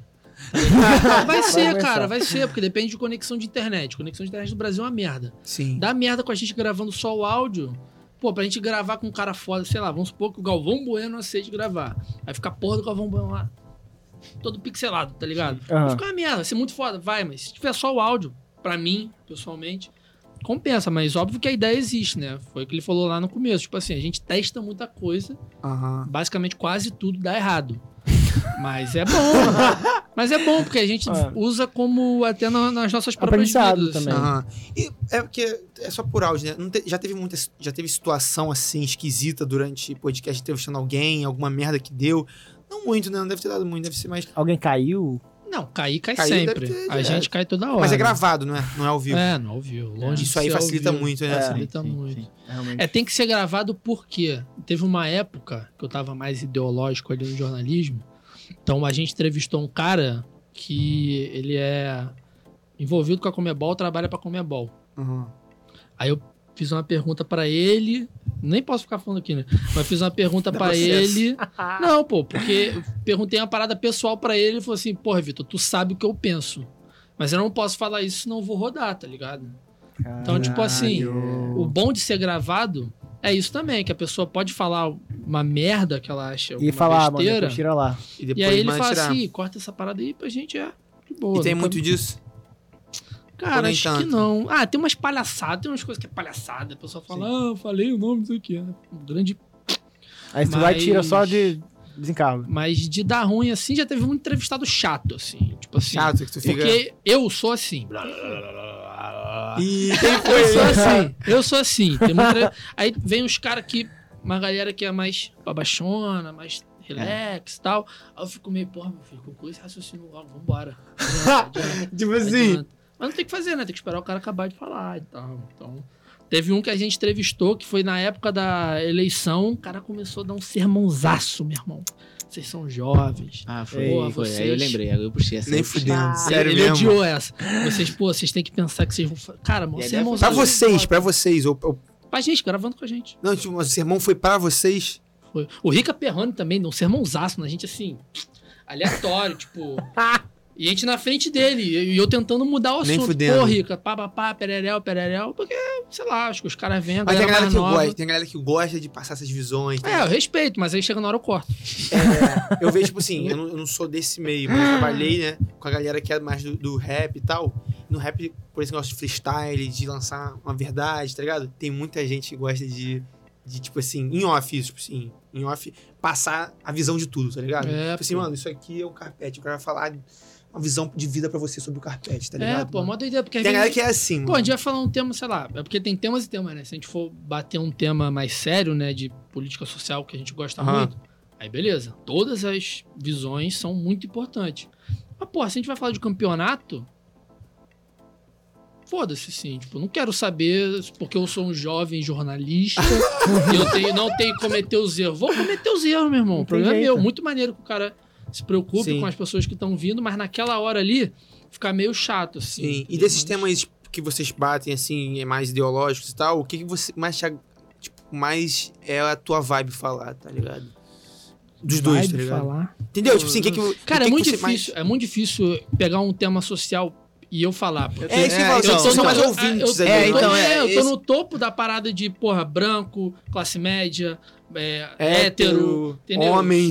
Vai ser,
começar.
cara, vai ser, porque depende de conexão de internet. Conexão de internet no Brasil é uma merda.
Sim.
Dá merda com a gente gravando só o áudio. Pô, pra gente gravar com um cara foda, sei lá, vamos supor que o Galvão Bueno aceite gravar. Aí fica a porra do Galvão Bueno lá, todo pixelado, tá ligado?
Aham.
Vai ficar uma merda, vai ser muito foda, vai, mas se tiver só o áudio, pra mim, pessoalmente, compensa, mas óbvio que a ideia existe, né? Foi o que ele falou lá no começo, tipo assim, a gente testa muita coisa,
Aham.
basicamente quase tudo dá errado. Mas é bom. Mas é bom, porque a gente usa como até nas nossas próprias
Aprendizado
vidas.
também.
assim.
Aham. E é porque é só por áudio, né? Já teve situação assim esquisita durante podcast entrevistando alguém, alguma merda que deu. Não muito, né? Não deve ter dado muito, deve ser mais.
Alguém caiu?
Não, cair cai
Cair
sempre.
deve ter
A
direto.
gente cai toda hora.
Mas é gravado, não é? Não é ao vivo.
É, não ao vivo. Longe
Isso
de
aí
ser ao
facilita
vivo.
muito, né?
Facilita
Sim,
muito.
sim.
Realmente.
Tem que ser gravado porque teve uma época que eu tava mais ideológico ali no jornalismo. Então a gente entrevistou um cara que ele é envolvido com a Comebol, trabalha pra Comebol.
Uhum.
Aí eu fiz uma pergunta pra ele, nem posso ficar falando aqui, né? Mas fiz uma pergunta
Dá
pra
processo.
ele. Não, pô, porque eu perguntei uma parada pessoal pra ele e falou assim: porra, Vitor, tu sabe o que eu penso. Mas eu não posso falar isso, senão eu vou rodar, tá ligado? Então, tipo assim, o bom de ser gravado é isso também, que a pessoa pode falar uma merda que ela acha,
E
alguma
falar, mano,
besteira,
depois tira lá.
E depois
e aí ele
manda
fala
tirar.
assim, corta essa parada aí pra gente, de boa.
E tem
nunca-
muito disso?
Cara,
Ou nem
acho
tanto?
que não. Ah, tem umas palhaçadas, tem umas coisas que é palhaçada. A pessoa fala, eu falei o nome disso aqui. Né? Um grande...
Aí tu vai e
Mas-
tira só de desencargo.
Mas de dar ruim assim, já teve muito entrevistado chato, assim. Tipo assim.
Chato que tu fica.
Porque eu sou assim. falar.
E quem foi?
Eu sou assim. Aí vem os caras que... Uma galera que é mais babachona, mais relax e tal. Aí eu fico meio, porra, meu filho, conclui esse raciocínio logo, vambora. Adianta.
Tipo assim.
Mas não tem o que fazer, né? Tem que esperar o cara acabar de falar e tal. Então, teve um que a gente entrevistou, que foi na época da eleição, o cara começou a dar um sermãozaço, meu irmão. Vocês são jovens.
Ah, foi.
Porra,
foi.
vocês...
Aí eu lembrei, aí eu puxei essa.
Nem fudendo. Sério
ele
mesmo.
odiou essa. Vocês têm que pensar que vocês vão... Cara, mano,
E a
sermãozaço.
Pra vocês.
Pra gente, gravando com a gente.
Não, tipo, o sermão foi pra vocês.
Foi. O Rica Perrone também deu um sermãozaço na gente, assim, aleatório, tipo... E a gente na frente dele, e eu tentando mudar o
Nem
assunto.
fudendo.
Pô, Rica, pá, pererel, porque, sei lá, acho que os caras vêm, a
Mas tem
galera
a galera
mais
que
nova.
gosta. Tem a galera que gosta de passar essas visões.
Eu respeito, mas aí chega na hora eu corto.
Eu vejo, tipo assim, eu não sou desse meio, mas eu trabalhei, né, com a galera que é mais do rap e tal. No rap, por esse negócio de freestyle, de lançar uma verdade, tá ligado? Tem muita gente que gosta de tipo assim, em off, isso, tipo assim, em off, passar a visão de tudo, tá ligado? Tipo assim, mano, isso aqui é um carpete, o cara vai falar uma visão de vida pra você sobre o carpete, tá ligado?
Mó doideira, porque
tem a galera que é assim, mano.
Pô, a gente vai falar um tema, sei lá, é porque tem temas e temas, né? Se a gente for bater um tema mais sério, né, de política social, que a gente gosta muito, aí beleza. Todas as visões são muito importantes. Mas, pô, se a gente vai falar de campeonato, foda-se, sim. Tipo, não quero saber porque eu sou um jovem jornalista e não tenho que cometer os erros. Vou cometer os erros, meu irmão. O problema é meu. Muito maneiro que o cara se preocupe com as pessoas que estão vindo, mas naquela hora ali fica meio chato, assim.
Sim. E desses temas que vocês batem, assim, mais ideológicos e tal, o que você mais, mais é a tua vibe falar, tá ligado? Dos dois, tá ligado?
Falar.
Entendeu? Tipo assim,
Cara, é muito difícil pegar um tema social e eu falar.
São mais ouvintes.
Eu tô no topo da parada de, porra, branco, classe média, hétero, entendeu?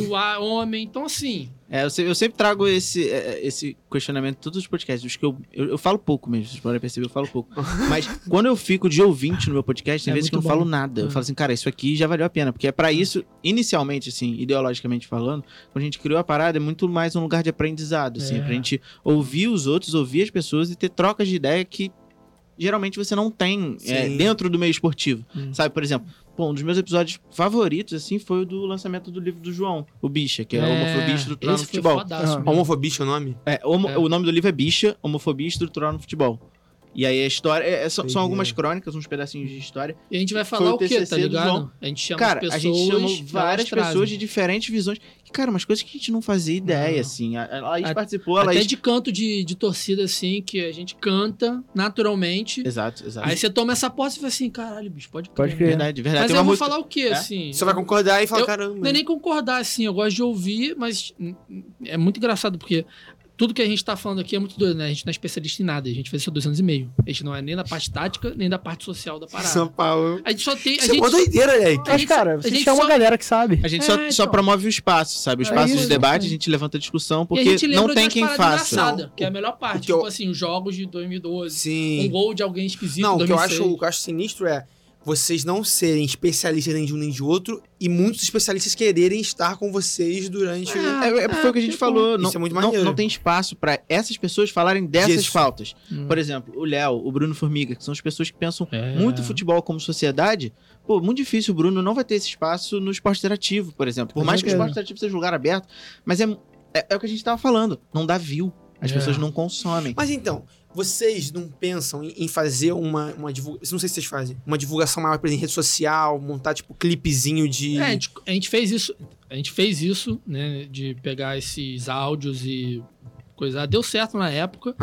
Homem. Então, assim...
Eu sempre trago esse questionamento em todos os podcasts. Os que eu falo pouco mesmo, vocês podem perceber, eu falo pouco. Mas quando eu fico de ouvinte no meu podcast, tem vezes que eu não falo nada. Eu falo assim, cara, isso aqui já valeu a pena. Porque é pra isso, inicialmente, assim, ideologicamente falando, quando a gente criou a parada, é muito mais um lugar de aprendizado, assim. Pra gente ouvir os outros, ouvir as pessoas e ter trocas de ideia que geralmente você não tem dentro do meio esportivo. Sabe, por exemplo... Pô, um dos meus episódios favoritos, assim, foi o do lançamento do livro do João, o Bicha, que é Homofobia Estrutural no Futebol.
Homofobia é o nome?
O nome do livro é Bicha, Homofobia Estrutural no Futebol. E aí a história, são algumas crônicas, uns pedacinhos de história.
E a gente vai falar o quê, tá ligado? A gente chama
cara,
pessoas...
a gente chamou várias pessoas de diferentes visões. Que, cara, umas coisas que a gente não fazia ideia, assim. A Laís participou, a Laís...
Até de canto de torcida, assim, que a gente canta naturalmente.
Exato.
Aí você toma essa posse e fala assim, caralho, bicho, pode crer.
Verdade.
Mas eu vou falar o quê, assim?
Você vai concordar e falar, caramba.
Não é nem concordar, assim, eu gosto de ouvir, mas é muito engraçado, porque... Tudo que a gente tá falando aqui é muito doido, né? A gente não é especialista em nada. A gente fez isso há 2 anos e meio. A gente não é nem da parte tática, nem da parte social da parada.
São Paulo.
A gente só tem...
Isso é uma doideira, Eric.
Mas, cara, você chama uma galera que sabe.
A gente só promove o espaço, sabe? O espaço de debate, a gente levanta a discussão, porque não tem quem faça.
Que é a melhor parte. Tipo assim, os jogos de 2012.
Sim.
Um gol de alguém esquisito
Não,
em 2006.
o que eu acho sinistro é vocês não serem especialistas nem de um nem de outro e muitos especialistas quererem estar com vocês durante...
Foi o que a gente falou.
Isso é muito maneiro.
Não tem espaço pra essas pessoas falarem dessas faltas. Por exemplo, o Léo, o Bruno Formiga, que são as pessoas que pensam muito futebol como sociedade. Pô, muito difícil, o Bruno não vai ter esse espaço no esporte interativo, por exemplo. Por mais que o esporte interativo seja um lugar aberto, mas é o que a gente tava falando. Não dá view. As pessoas não consomem.
Mas então... Vocês não pensam em fazer uma divulgação... Não sei se vocês fazem. Uma divulgação maior, por exemplo, em rede social, montar, tipo, clipezinho de...
A gente fez isso. A gente fez isso, né? De pegar esses áudios e coisa. Deu certo na época.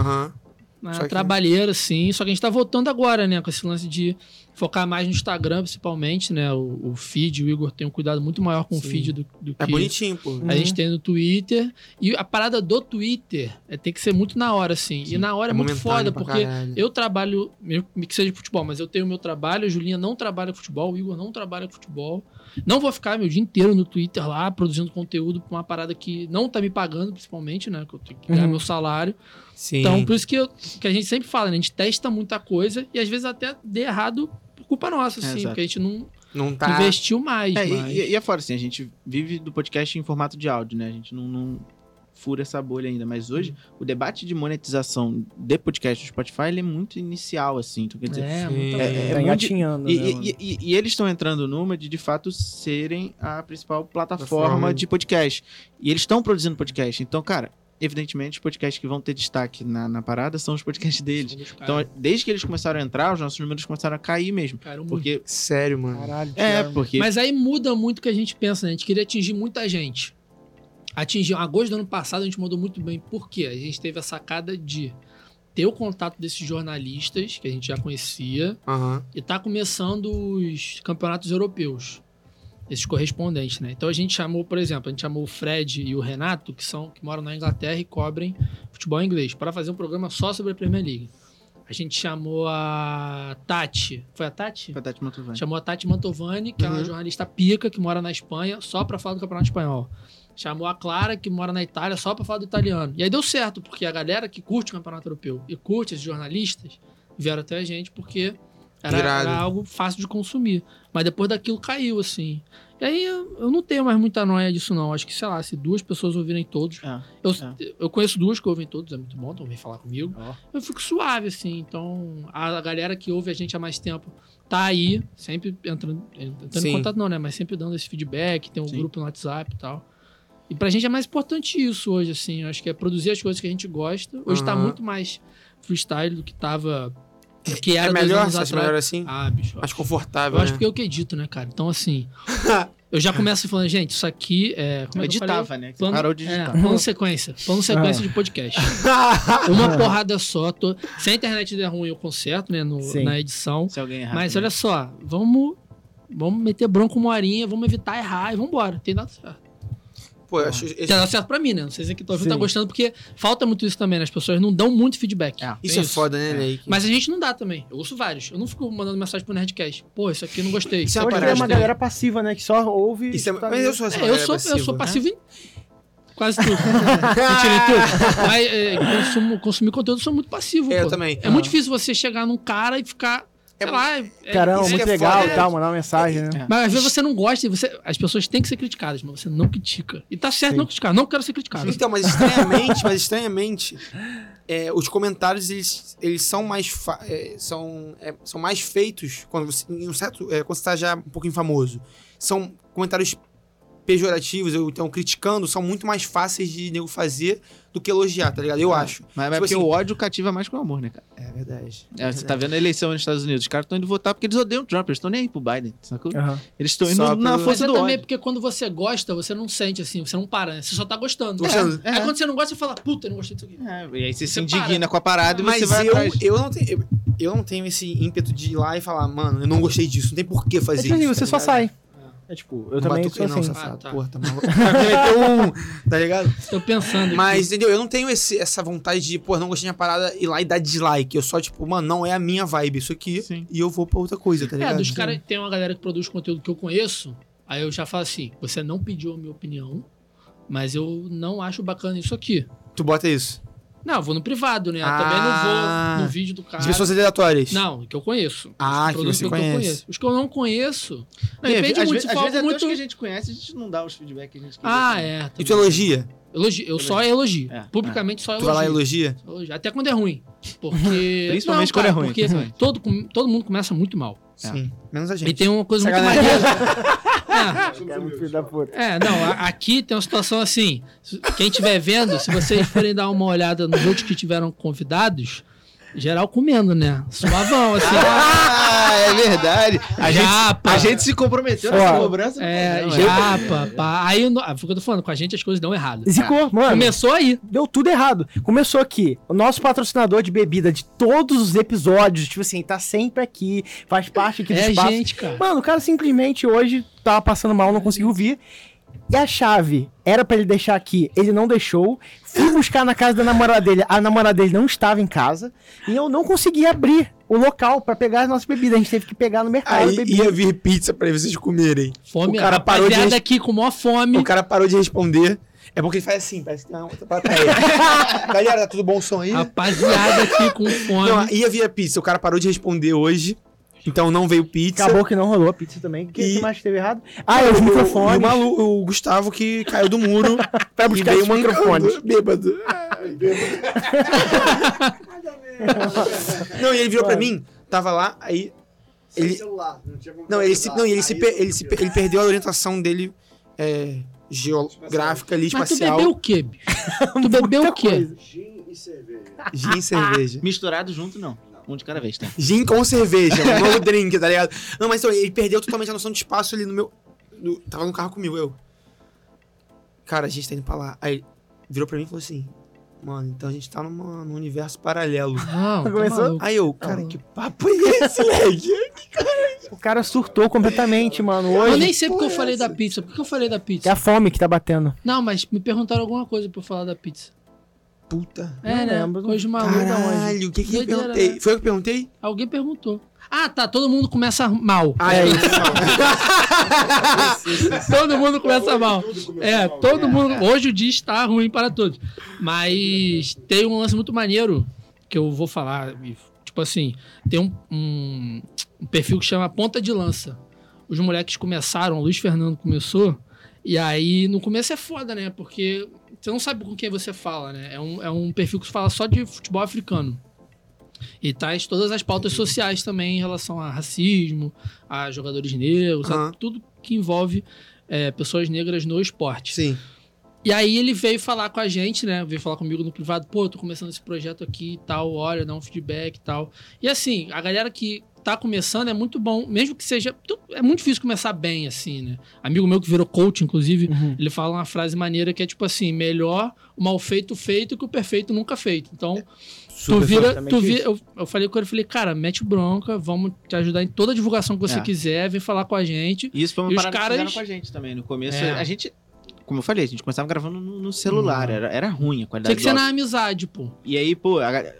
Na trabalheira, assim. Só que a gente tá voltando agora, né? Com esse lance de focar mais no Instagram, principalmente, né? O feed, o Igor tem um cuidado muito maior com o feed do que...
É bonitinho, pô.
A gente tem no Twitter. E a parada do Twitter tem que ser muito na hora, assim. Sim. E na hora é muito foda, porque eu trabalho... Que seja de futebol, mas eu tenho o meu trabalho. A Julinha não trabalha com futebol. O Igor não trabalha com futebol. Não vou ficar meu dia inteiro no Twitter lá, produzindo conteúdo pra uma parada que não tá me pagando, principalmente, né? Que eu tenho que ganhar meu salário.
Sim.
Então, por isso que a gente sempre fala, né? A gente testa muita coisa e às vezes até dê errado por culpa nossa, assim. Porque a gente não investiu mais.
E é fora, assim, a gente vive do podcast em formato de áudio, né? A gente não fura essa bolha ainda. Mas hoje, o debate de monetização de podcast do Spotify, ele é muito inicial, assim. Então, quer dizer,
Tá
muito-
engatinhando, né, mano?
e eles estão entrando numa de fato, serem a principal plataforma de podcast. E eles estão produzindo podcast. Então, cara, evidentemente, os podcasts que vão ter destaque na parada são os podcasts deles. Então, desde que eles começaram a entrar, os nossos números começaram a cair mesmo. Porque...
Sério, mano.
Caralho,
porque...
Mas aí muda muito o que a gente pensa, né? A gente queria atingir muita gente. Atingiu. Agosto do ano passado a gente mandou muito bem. Por quê? A gente teve a sacada de ter o contato desses jornalistas, que a gente já conhecia, e tá começando os campeonatos europeus. Esses correspondentes, né? Então a gente chamou, por exemplo, o Fred e o Renato, que moram na Inglaterra e cobrem futebol inglês, para fazer um programa só sobre a Premier League. A gente chamou a Tati. Foi a Tati?
Foi a Tati Mantovani.
Chamou a Tati Mantovani, que é uma jornalista pica, que mora na Espanha, só pra falar do Campeonato Espanhol. Chamou a Clara, que mora na Itália, só pra falar do italiano. E aí deu certo, porque a galera que curte o Campeonato Europeu e curte esses jornalistas vieram até a gente, porque era algo fácil de consumir. Mas depois daquilo caiu, assim. E aí eu não tenho mais muita noia disso, não. Acho que, sei lá, se 2 pessoas ouvirem todos... Eu conheço 2 que ouvem todos, é muito bom, então vem falar comigo. Eu fico suave, assim. Então, a galera que ouve a gente há mais tempo tá aí, sempre entrando em contato não, né? Mas sempre dando esse feedback, tem um grupo no WhatsApp e tal. E pra gente é mais importante isso hoje, assim. Eu acho que é produzir as coisas que a gente gosta. Hoje tá muito mais freestyle do que tava... Que era
melhor, você acha melhor assim?
Bicho.
Mais confortável,
Eu acho porque eu que edito, né, cara? Então, assim... eu já começo falando, gente, isso aqui é... Como é que eu
editava,
falei?
né? Parou de editar.
Plano sequência de podcast. Uma porrada só. Se a internet der ruim, eu conserto, né? Na edição.
Se alguém errar.
Mas olha só, vamos meter bronca uma horinha, vamos evitar errar e vamos embora. Tem dado certo.
Pô, eu acho...
Tem dado certo pra mim, né? Não sei se aqui tá gostando, porque falta muito isso também, né? As pessoas não dão muito feedback.
Isso é foda, né, Leik?
Mas a gente não dá também. Eu ouço vários. Eu não fico mandando mensagem pro Nerdcast. Pô, isso aqui eu não gostei.
Isso é uma galera passiva, né? Que só ouve...
Mas eu sou essa galera
eu sou passivo em quase tudo. Mentira, em tudo. Mas consumir conteúdo, eu sou muito passivo,
Eu também.
É muito difícil você chegar num cara e ficar... Sei lá,
caramba, muito legal e tal, mandar uma mensagem, né?
Mas às vezes você não gosta, as pessoas têm que ser criticadas, mas você não critica. E tá certo não criticar, não quero ser criticado.
Então, mas estranhamente, os comentários, eles são mais são mais feitos quando você, quando você tá já um pouquinho famoso. São comentários pejorativos, ou então criticando, são muito mais fáceis de nego fazer do que elogiar, tá ligado? Eu acho.
Mas
tipo
porque
assim,
o ódio cativa mais que o amor, né, cara?
É verdade.
Você tá vendo a eleição nos Estados Unidos, os caras estão indo votar porque eles odeiam o Trump, eles estão nem aí pro Biden, sacou? Eles estão indo na força do
também,
ódio.
porque quando você gosta, você não sente assim, você não para, né? Você só tá gostando. Aí quando você não gosta, você fala, puta, eu não gostei disso aqui.
E aí você se indigna com a parada e
mas
você vai atrás.
eu não tenho esse ímpeto de ir lá e falar, mano, eu não gostei disso, não tem por que fazer isso.
Você só sai. É tipo, eu também sou assim.
Safado, porra, tá maluco. Tá ligado?
Tô pensando.
Mas, entendeu? Eu não tenho essa vontade de, pô, não gostei da parada, ir lá e dar dislike. Eu só, tipo, mano, não é a minha vibe isso aqui.
Sim.
E eu vou pra outra coisa, tá ligado?
Dos caras, tem uma galera que produz conteúdo que eu conheço, aí eu já falo assim, você não pediu a minha opinião, mas eu não acho bacana isso aqui.
Tu bota isso?
Não, eu vou no privado, né? Eu também não vou no vídeo do cara.
De pessoas aleatórias?
Não, que eu conheço.
Que você conhece.
Os que eu não conheço...
Depende muito.
Se
Às
for
vezes
muito...
até os que a gente conhece, a gente não dá os feedback que a gente quer.
É.
E tu elogia?
Eu só elogio. Publicamente só elogio.
Tu vai lá e elogia?
Até quando é ruim. Porque...
Principalmente quando é ruim.
Porque todo mundo começa muito mal.
Sim. Menos a gente.
E tem uma coisa muito maneira. Aqui tem uma situação assim. Quem estiver vendo, se vocês forem dar uma olhada nos outros que tiveram convidados, geral comendo, né? Suavão, assim.
É verdade. A gente se comprometeu nessa cobrança.
Pá. Aí, foi o que eu tô falando, com a gente as coisas dão errado.
Zicou, mano.
Começou aí.
Deu tudo errado. Começou aqui. O nosso patrocinador de bebida de todos os episódios, tipo assim, tá sempre aqui, faz parte aqui do espaço.
Gente, cara.
Mano, o cara simplesmente hoje tava passando mal, não conseguiu vir. E a chave era pra ele deixar aqui, ele não deixou. Fui buscar na casa da namorada dele, a namorada dele não estava em casa. E eu não consegui abrir o local pra pegar as nossas bebidas. A gente teve que pegar no mercado.
Aí ia vir pizza pra vocês comerem.
Fome,
o cara parou de
aqui com maior fome.
O cara parou de responder. É porque ele faz assim, parece que tem uma outra plateia. Galera, tá tudo bom o som aí?
Rapaziada aqui com fome.
Não, ia vir a pizza, o cara parou de responder hoje. Então não veio pizza.
Acabou que não rolou a pizza também. O que
E-
mais que teve errado? Ah, é os microfones.
E o Gustavo que caiu do muro
Pra
e
buscar
veio
os microfones.
bêbado. Não, e ele virou pra mim, tava lá, aí...
Sem
Ele-
celular, não tinha como
Não,
ajudar.
ele perdeu a orientação dele geográfica ali,
Mas tu
espacial.
bebeu o quê, bicho? Tu bebeu o quê?
coisa.
Gin e cerveja.
Gin e cerveja.
Misturado junto, não. Um de cada vez, tá?
Gin com cerveja, um novo drink, tá ligado? Não, mas então, ele perdeu totalmente a noção de espaço ali no meu... tava no carro comigo, eu. Cara, a gente tá indo pra lá. Aí virou pra mim e falou assim, mano, então a gente tá num universo paralelo.
Não, tá
Começou?
maluco.
Aí eu, cara, que papo é esse, moleque?
O cara surtou completamente, mano. Hoje.
Eu nem sei porque eu falei da pizza. Por que eu falei da
É
pizza?
a fome que tá batendo.
Não, mas me perguntaram alguma coisa pra eu falar da pizza.
Puta.
É,
Não
né?
lembro.
Coisa de maluco.
Caralho, o que eu
Doideira,
perguntei?
né?
Foi eu que perguntei?
Alguém perguntou. Ah, tá. Todo mundo começa mal.
Ah, é isso.
Todo mundo começa mal.
Tudo começou
É,
mal.
todo mundo. Hoje o dia está ruim para todos. Mas tem um lance muito maneiro que eu vou falar. Tipo assim, tem um perfil que chama Ponta de Lança. Os moleques começaram, o Luiz Fernando começou, e aí no começo é foda, né? Porque você não sabe com quem você fala, né? É um perfil que fala só de futebol africano. E traz todas as pautas sociais também em relação a racismo, a jogadores negros,
Aham.
a tudo que envolve pessoas negras no esporte.
Sim.
E aí ele veio falar com a gente, né? Veio falar comigo no privado, pô, tô começando esse projeto aqui e tal, olha, dá um feedback e tal. E assim, a galera que tá começando é muito bom, mesmo que seja... É muito difícil começar bem, assim, né? Amigo meu que virou coach, inclusive, ele fala uma frase maneira que é tipo assim, melhor o mal feito feito que o perfeito nunca feito. Então, eu falei com ele, falei, cara, mete bronca, vamos te ajudar em toda a divulgação que você
É.
quiser, vem falar com a gente.
E isso foi uma
E os
parada
caras-
que fizeram com a gente também. No começo,
É.
a gente... Como eu falei, a gente começava gravando no celular. Era ruim a qualidade
Tem que
do
ser
áudio.
na amizade, pô.
E aí, pô,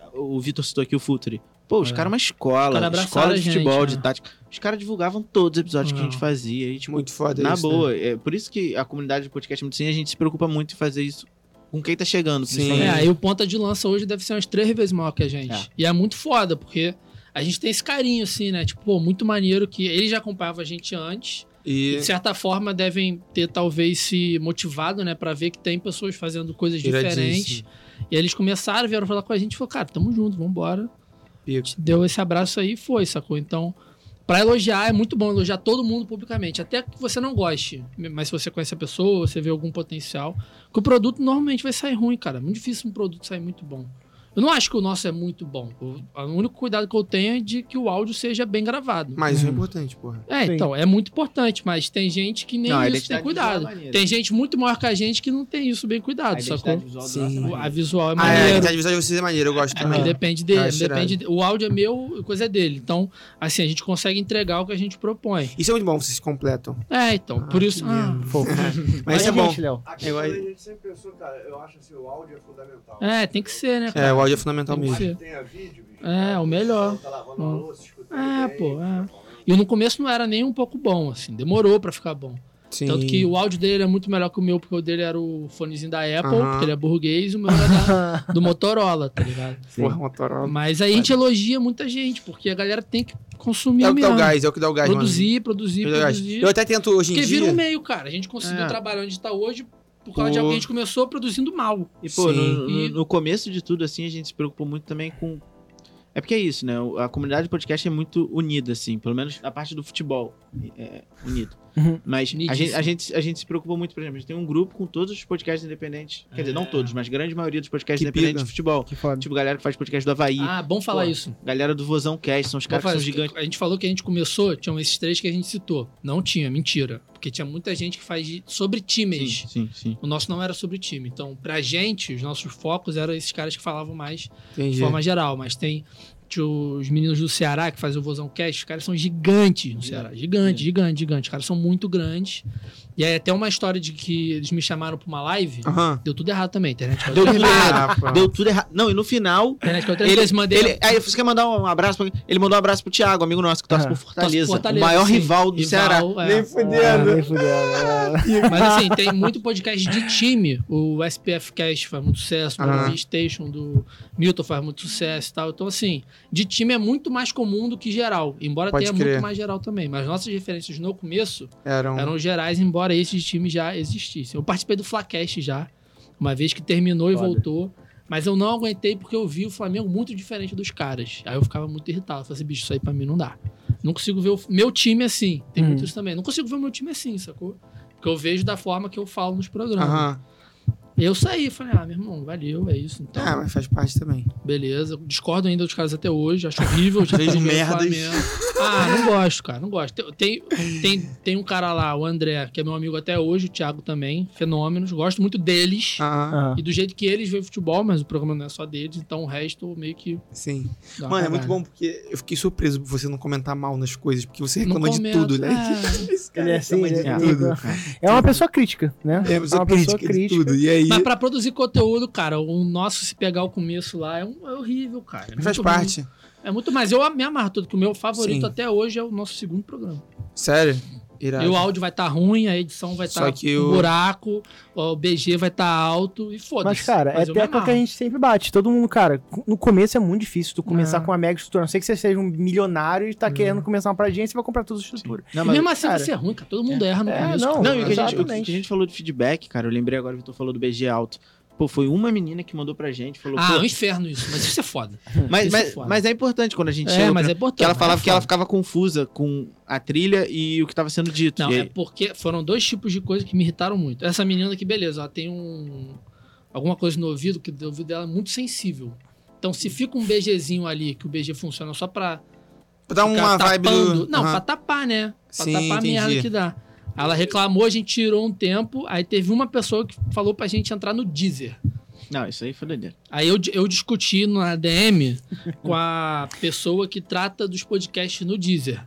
o Vitor citou aqui o Futuri. Pô, os caras uma
Os
escola,
caras abraçaram
escola de
a gente,
futebol,
né?
de tática. Os caras divulgavam todos os episódios que a gente
Não.
fazia. E, tipo,
Muito foda
na
isso, né?
boa. É por isso que a comunidade de podcast muito assim, a gente se preocupa muito em fazer isso com quem tá chegando.
Sim.
principalmente.
Aí o ponta de lança hoje deve ser umas 3 vezes maior que a gente.
É.
E é muito foda, porque a gente tem esse carinho, assim, né? Tipo, pô, muito maneiro que eles já acompanhavam a gente antes. E,
E
de certa forma, devem ter, talvez, se motivado, né? Pra ver que tem pessoas fazendo coisas diferentes.
Iradíssimo.
E aí eles começaram, vieram falar com a gente e falaram, cara, tamo junto, vambora.
Pico.
Te deu esse abraço aí e foi, sacou? Então, pra elogiar, é muito bom elogiar todo mundo publicamente. Até que você não goste. Mas se você conhece a pessoa, você vê algum potencial. Porque o produto normalmente vai sair ruim, cara. É muito difícil um produto sair muito bom. Eu não acho que o nosso é muito bom. O único cuidado que eu tenho é de que o áudio seja bem gravado.
mas isso é importante, porra.
Sim.
Então, é muito importante, mas tem gente que nem
Não, a
isso tem
identidade
cuidado.
visual é maneira.
Tem gente muito maior que a gente que não tem isso bem cuidado,
A
sacou?
identidade visual do
Sim.
nosso é
A
maneiro.
visual é
Ah, é, a
maneiro.
identidade visual de vocês é maneiro, eu gosto
Mas
também.
depende dele,
Acho
depende. O áudio é meu, a coisa é dele. Então, assim, a gente consegue entregar o que a gente propõe.
Isso é muito bom, vocês se completam.
Então, por isso.
Fofo.
Mas isso é bom.
Gente, Léo.
Aqui
Eu-
a gente sempre pensou, cara, eu acho assim, o áudio é fundamental.
Tem que ser, né?
É, o áudio é fundamental
Tem que
mesmo.
ser.
Tenha vídeo, bicho.
O melhor.
Tá lavando a louça, escutando alguém,
Pô.
tá falando.
E no começo não era nem um pouco bom, assim. Demorou pra ficar bom.
Sim.
Tanto que o áudio dele é muito melhor que o meu, porque o dele era o fonezinho da Apple,
Aham.
porque ele é burguês, e o meu era do Motorola, tá ligado?
Porra, Motorola.
Mas aí a gente elogia muita gente, porque a galera tem que consumir
É o que dá
mesmo.
o gás, é o que dá o gás, mano.
Produzir.
É o que dá o gás. Eu até tento hoje em
Porque vira
dia...
um meio, cara. A gente conseguiu
É.
trabalhar onde tá hoje por causa
Pô.
de alguém que a gente começou produzindo mal.
E, pô,
Sim.
no começo de tudo, assim, a gente se preocupou muito também com... É porque é isso, né? A comunidade de podcast é muito unida, assim. Pelo menos a parte do futebol é unido.
Uhum.
Mas
Unidíssimo.
a gente se preocupou muito, por exemplo, a gente tem um grupo com todos os podcasts independentes. Quer dizer, não todos, mas grande maioria dos podcasts
Que
independentes
pica.
de futebol.
Que foda.
Tipo, galera que faz podcast do Havaí.
Bom falar
Pô,
isso.
Galera do Vozão Cast, são os caras que são gigantes.
A gente falou que a gente começou, tinham esses 3 que a gente citou. Não tinha, mentira. Porque tinha muita gente que faz sobre times.
Sim.
O nosso não era sobre time. Então, pra gente, os nossos focos eram esses caras que falavam mais
Entendi.
de forma geral. Mas tinha os meninos do Ceará que fazem o Vozão Cast, os caras são gigantes no Ceará. Gigante. Os caras são muito grandes. E aí até uma história de que eles me chamaram pra uma live.
Aham.
Deu tudo errado também. Internet caiu
Deu
outra
tudo
vez.
errado. Deu tudo errado. Não, e no final...
Internet caiu outra vez. Mandei
Aí você quer mandar um abraço pra... Ele mandou um abraço pro Thiago, amigo nosso, que torce por Fortaleza.
Fortaleza,
o maior
sim.
rival do Ceará.
Nem fudendo.
Nem fudendo.
Mas assim, tem muito podcast de time. O SPF Cast faz muito sucesso, o
Aham.
Movie Station do Milton faz muito sucesso e tal. Então, assim, de time é muito mais comum do que geral. Embora
Pode
tenha
crer.
muito mais geral também. Mas nossas referências no começo
Eram...
eram gerais, embora esses times já existissem. Eu participei do Flacast já, uma vez que terminou e voltou. Mas eu não aguentei porque eu vi o Flamengo muito diferente dos caras. Aí eu ficava muito irritado. Eu falei assim, bicho, isso aí pra mim não dá. Não consigo ver o meu time assim. Tem muitos também. Não consigo ver o meu time assim, sacou? Porque eu vejo da forma que eu falo nos programas.
Aham.
Eu saí, falei, meu irmão, valeu, é isso. Então,
Mas faz parte também.
beleza. Discordo ainda dos caras até hoje, acho horrível.
Vejo
ver o
merdas.
Flamengo. Não gosto, cara, não gosto. Tem um cara lá, o André, que é meu amigo até hoje, o Thiago também, fenômenos. Gosto muito deles
Aham.
e do jeito que eles veem futebol, mas o programa não é só deles, então o resto meio que...
Sim.
dá uma
Mano, é muito
cagada.
bom porque eu fiquei surpreso por você não comentar mal nas coisas, porque você
Não
reclama de
comento,
tudo, né? Esse cara
Ele é assim,
reclama de
ele é
tudo.
É uma pessoa crítica, né?
É uma pessoa crítica de tudo. E aí...
Mas pra produzir conteúdo, cara, o nosso, se pegar o começo lá, é horrível, cara. É
Faz
muito
parte.
ruim. É muito mais. Eu me amarro tudo, que o meu favorito
Sim.
até hoje é o nosso segundo programa.
Sério? Irado.
E o áudio vai estar ruim, a edição vai
Só
estar
que
um
o-
buraco, o BG vai estar alto e foda-se.
Mas, cara, é
eu me
tecla que a
amarro.
gente sempre bate. Todo mundo, cara, no começo é muito difícil tu começar
É.
com uma mega estrutura. A não sei que você seja um milionário e tá querendo começar uma paradinha, você vai comprar toda a estrutura.
Não,
E
mas,
mesmo assim
cara,
vai ser ruim, cara. Todo mundo erra no
É,
começo.
não,
cara.
não, e o que,
exatamente.
o que a gente falou de feedback, cara, eu lembrei agora que tu falou do BG alto. Pô, foi uma menina que mandou pra gente, falou,
É
pô,
um inferno isso, mas isso é foda.
mas,
isso é
mas,
foda.
mas é importante quando a gente
É,
chega
mas
pra-
é importante.
que ela falava
é
que ela
foda.
ficava confusa com a trilha e o que tava sendo dito.
Não,
E
é
aí-
porque foram dois tipos de coisas que me irritaram muito. Essa menina aqui, beleza, ela tem alguma coisa no ouvido, que o ouvido dela é muito sensível. Então, se fica um BGzinho ali, que o BG funciona só pra
Pra dar
ficar
uma vibe
tapando.
do...
Não,
Aham.
pra tapar, né? Pra
Sim,
tapar a
entendi.
merda que dá. Ela reclamou, a gente tirou um tempo, aí teve uma pessoa que falou pra gente entrar no Deezer.
Não, isso aí foi doideira.
Aí eu discuti na DM com a pessoa que trata dos podcasts no Deezer.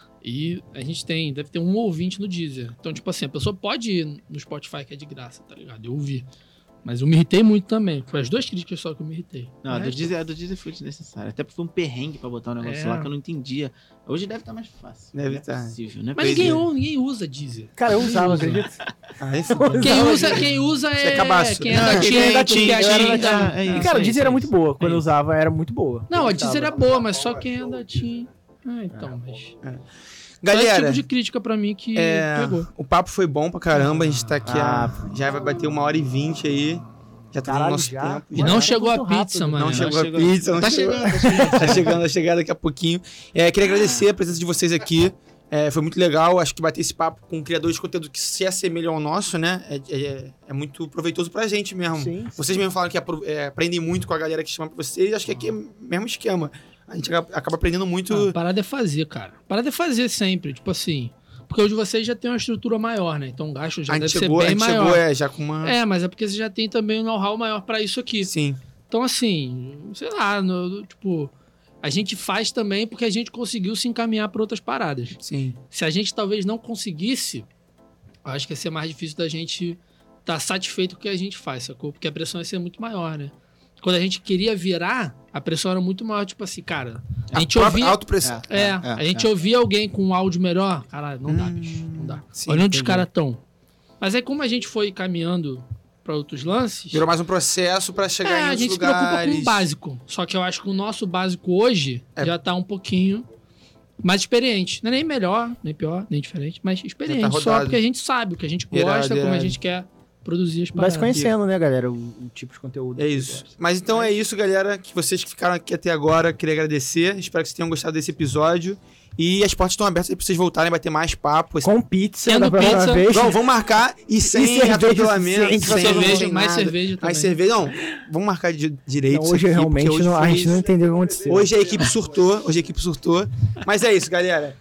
E a gente deve ter um ouvinte no Deezer. Então, tipo assim, a pessoa pode ir no Spotify, que é de graça, tá ligado? Eu ouvi. Mas eu me irritei muito também. Foi as duas críticas só que eu me irritei.
Não, a do Deezer foi desnecessária. Até porque foi um perrengue pra botar um negócio
É.
lá que eu não entendia. Hoje deve estar mais fácil.
Deve
Não é
tá.
possível, né?
Mas ninguém usa Deezer.
Cara, eu usava,
usa.
acredita?
Aí fudeu.
Quem usa
Você é
é
cabaço.
quem é
Não,
da
quem
TIM,
é da
porque
TIM,
a
eu era
TIM
da
dá-
TIM. É
E,
isso,
cara, o
é
Deezer
isso,
era
é
muito
isso.
boa. Quando
É
eu
isso.
usava, era muito boa.
Não, a
Eu
Deezer é
usava.
boa, mas só quem é da TIM. Então, mas... Só esse
Galera,
tipo de crítica pra mim que pegou.
o papo foi bom pra caramba. A gente tá aqui, já vai bater 1h20 aí. Já tá no
Caralho,
nosso
já?
tempo.
E
já.
não
Mano,
chegou a
muito
pizza,
rápido.
mano.
Não chegou
chegou.
a pizza. Não
Tá
chegou. Tá chegando, vai chegar daqui a pouquinho. Queria agradecer a presença de vocês aqui. Foi muito legal. Acho que bater esse papo com criadores de conteúdo que se assemelham ao nosso, né? É muito proveitoso pra gente mesmo.
Sim.
Vocês mesmo falaram que aprendem muito com a galera que chama pra vocês. Acho que aqui é o mesmo esquema. A gente acaba aprendendo muito.
A parada é fazer, cara. A parada é fazer sempre. Tipo assim... Porque hoje vocês já têm uma estrutura maior, né? Então o gasto já
a
deve
gente
ser
chegou, a
bem
gente
maior.
chegou já com uma.
Mas é porque você já tem também um know-how maior pra isso aqui.
Sim.
Então, assim, sei lá, tipo... A gente faz também porque a gente conseguiu se encaminhar pra outras paradas.
Sim.
Se a gente talvez não conseguisse, eu acho que ia ser mais difícil da gente estar satisfeito com o que a gente faz, sacou? Porque a pressão ia ser muito maior, né? Quando a gente queria virar, a pressão era muito maior, tipo assim, cara... A gente ouvia...
Autopressão.
a gente ouvia alguém com um áudio melhor, caralho, não dá, bicho, não dá.
Sim,
Olha onde os
entendi.
caras estão. Mas aí como a gente foi caminhando pra outros lances...
Virou mais um processo pra chegar em
a
outros
gente se
lugares.
preocupa com o básico. Só que eu acho que o nosso básico hoje já tá um pouquinho mais experiente. Não é nem melhor, nem pior, nem diferente, mas experiente. Só
rodado.
porque a gente sabe o que a gente
Irado,
gosta, como a
irado.
gente quer produzir as
Vai
paradas.
se conhecendo, né, galera? O tipo de conteúdo.
É isso. Mas então é isso, galera. Que vocês que ficaram aqui até agora, queria agradecer. Espero que vocês tenham gostado desse episódio. E as portas estão abertas aí pra vocês voltarem, bater mais papo.
Com pizza
Tendo
da próxima
pizza.
vez.
Vamos marcar e sem
cerveja,
atropelamento.
sem
cerveja, mais
nada.
cerveja também.
Mais cerveja. Não, vamos marcar direito.
Não, hoje
isso aqui,
realmente
porque hoje
a
foi
gente não entendeu o que aconteceu.
Hoje a equipe surtou. Mas é isso, galera.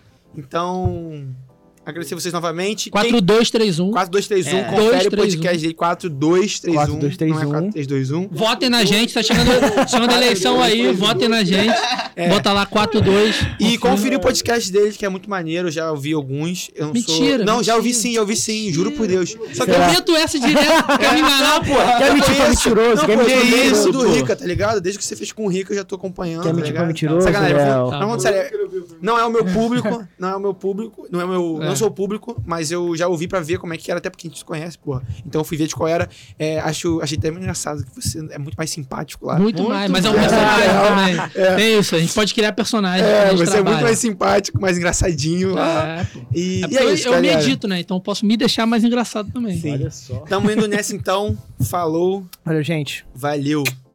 Então, agradecer vocês novamente.
4-2-3-1.
4231,
É.
confere
2,
o
3,
podcast dele, 4231.
4231.
Não é 4321.
Votem na gente, tá chegando a eleição aí, votem na gente. Bota lá 4-2.
E conferi o podcast dele, que é muito maneiro. Eu já ouvi alguns. Eu não
Mentira,
sou... Não, já ouvi
mentira.
sim, juro por Deus. Só que
Eu
Será?
meto essa direto, quer me enganar, pô.
Quer mentir pra mentiroso?
Não,
Quer
porque
mentir pra
isso
mentiroso?
do Rica, tá ligado? Desde que você fez com o Rica, eu já tô acompanhando.
Quer
tá
mentir pra
ligado?
mentiroso,
Sacanagem,
Léo?
não, sério. Não é o meu público, não sou o público, mas eu já ouvi pra ver como é que era, até porque a gente se conhece, porra. Então eu fui ver de qual era. Achei até muito engraçado que você é muito mais simpático lá.
Muito mais, mas é um personagem também. É isso, a gente pode criar personagens.
Você é muito mais simpático, mais engraçadinho lá. E é isso,
eu medito, né? Então eu posso me deixar mais engraçado também.
Sim.
Olha só.
Tamo indo nessa então. Falou.
Valeu, gente.
Valeu.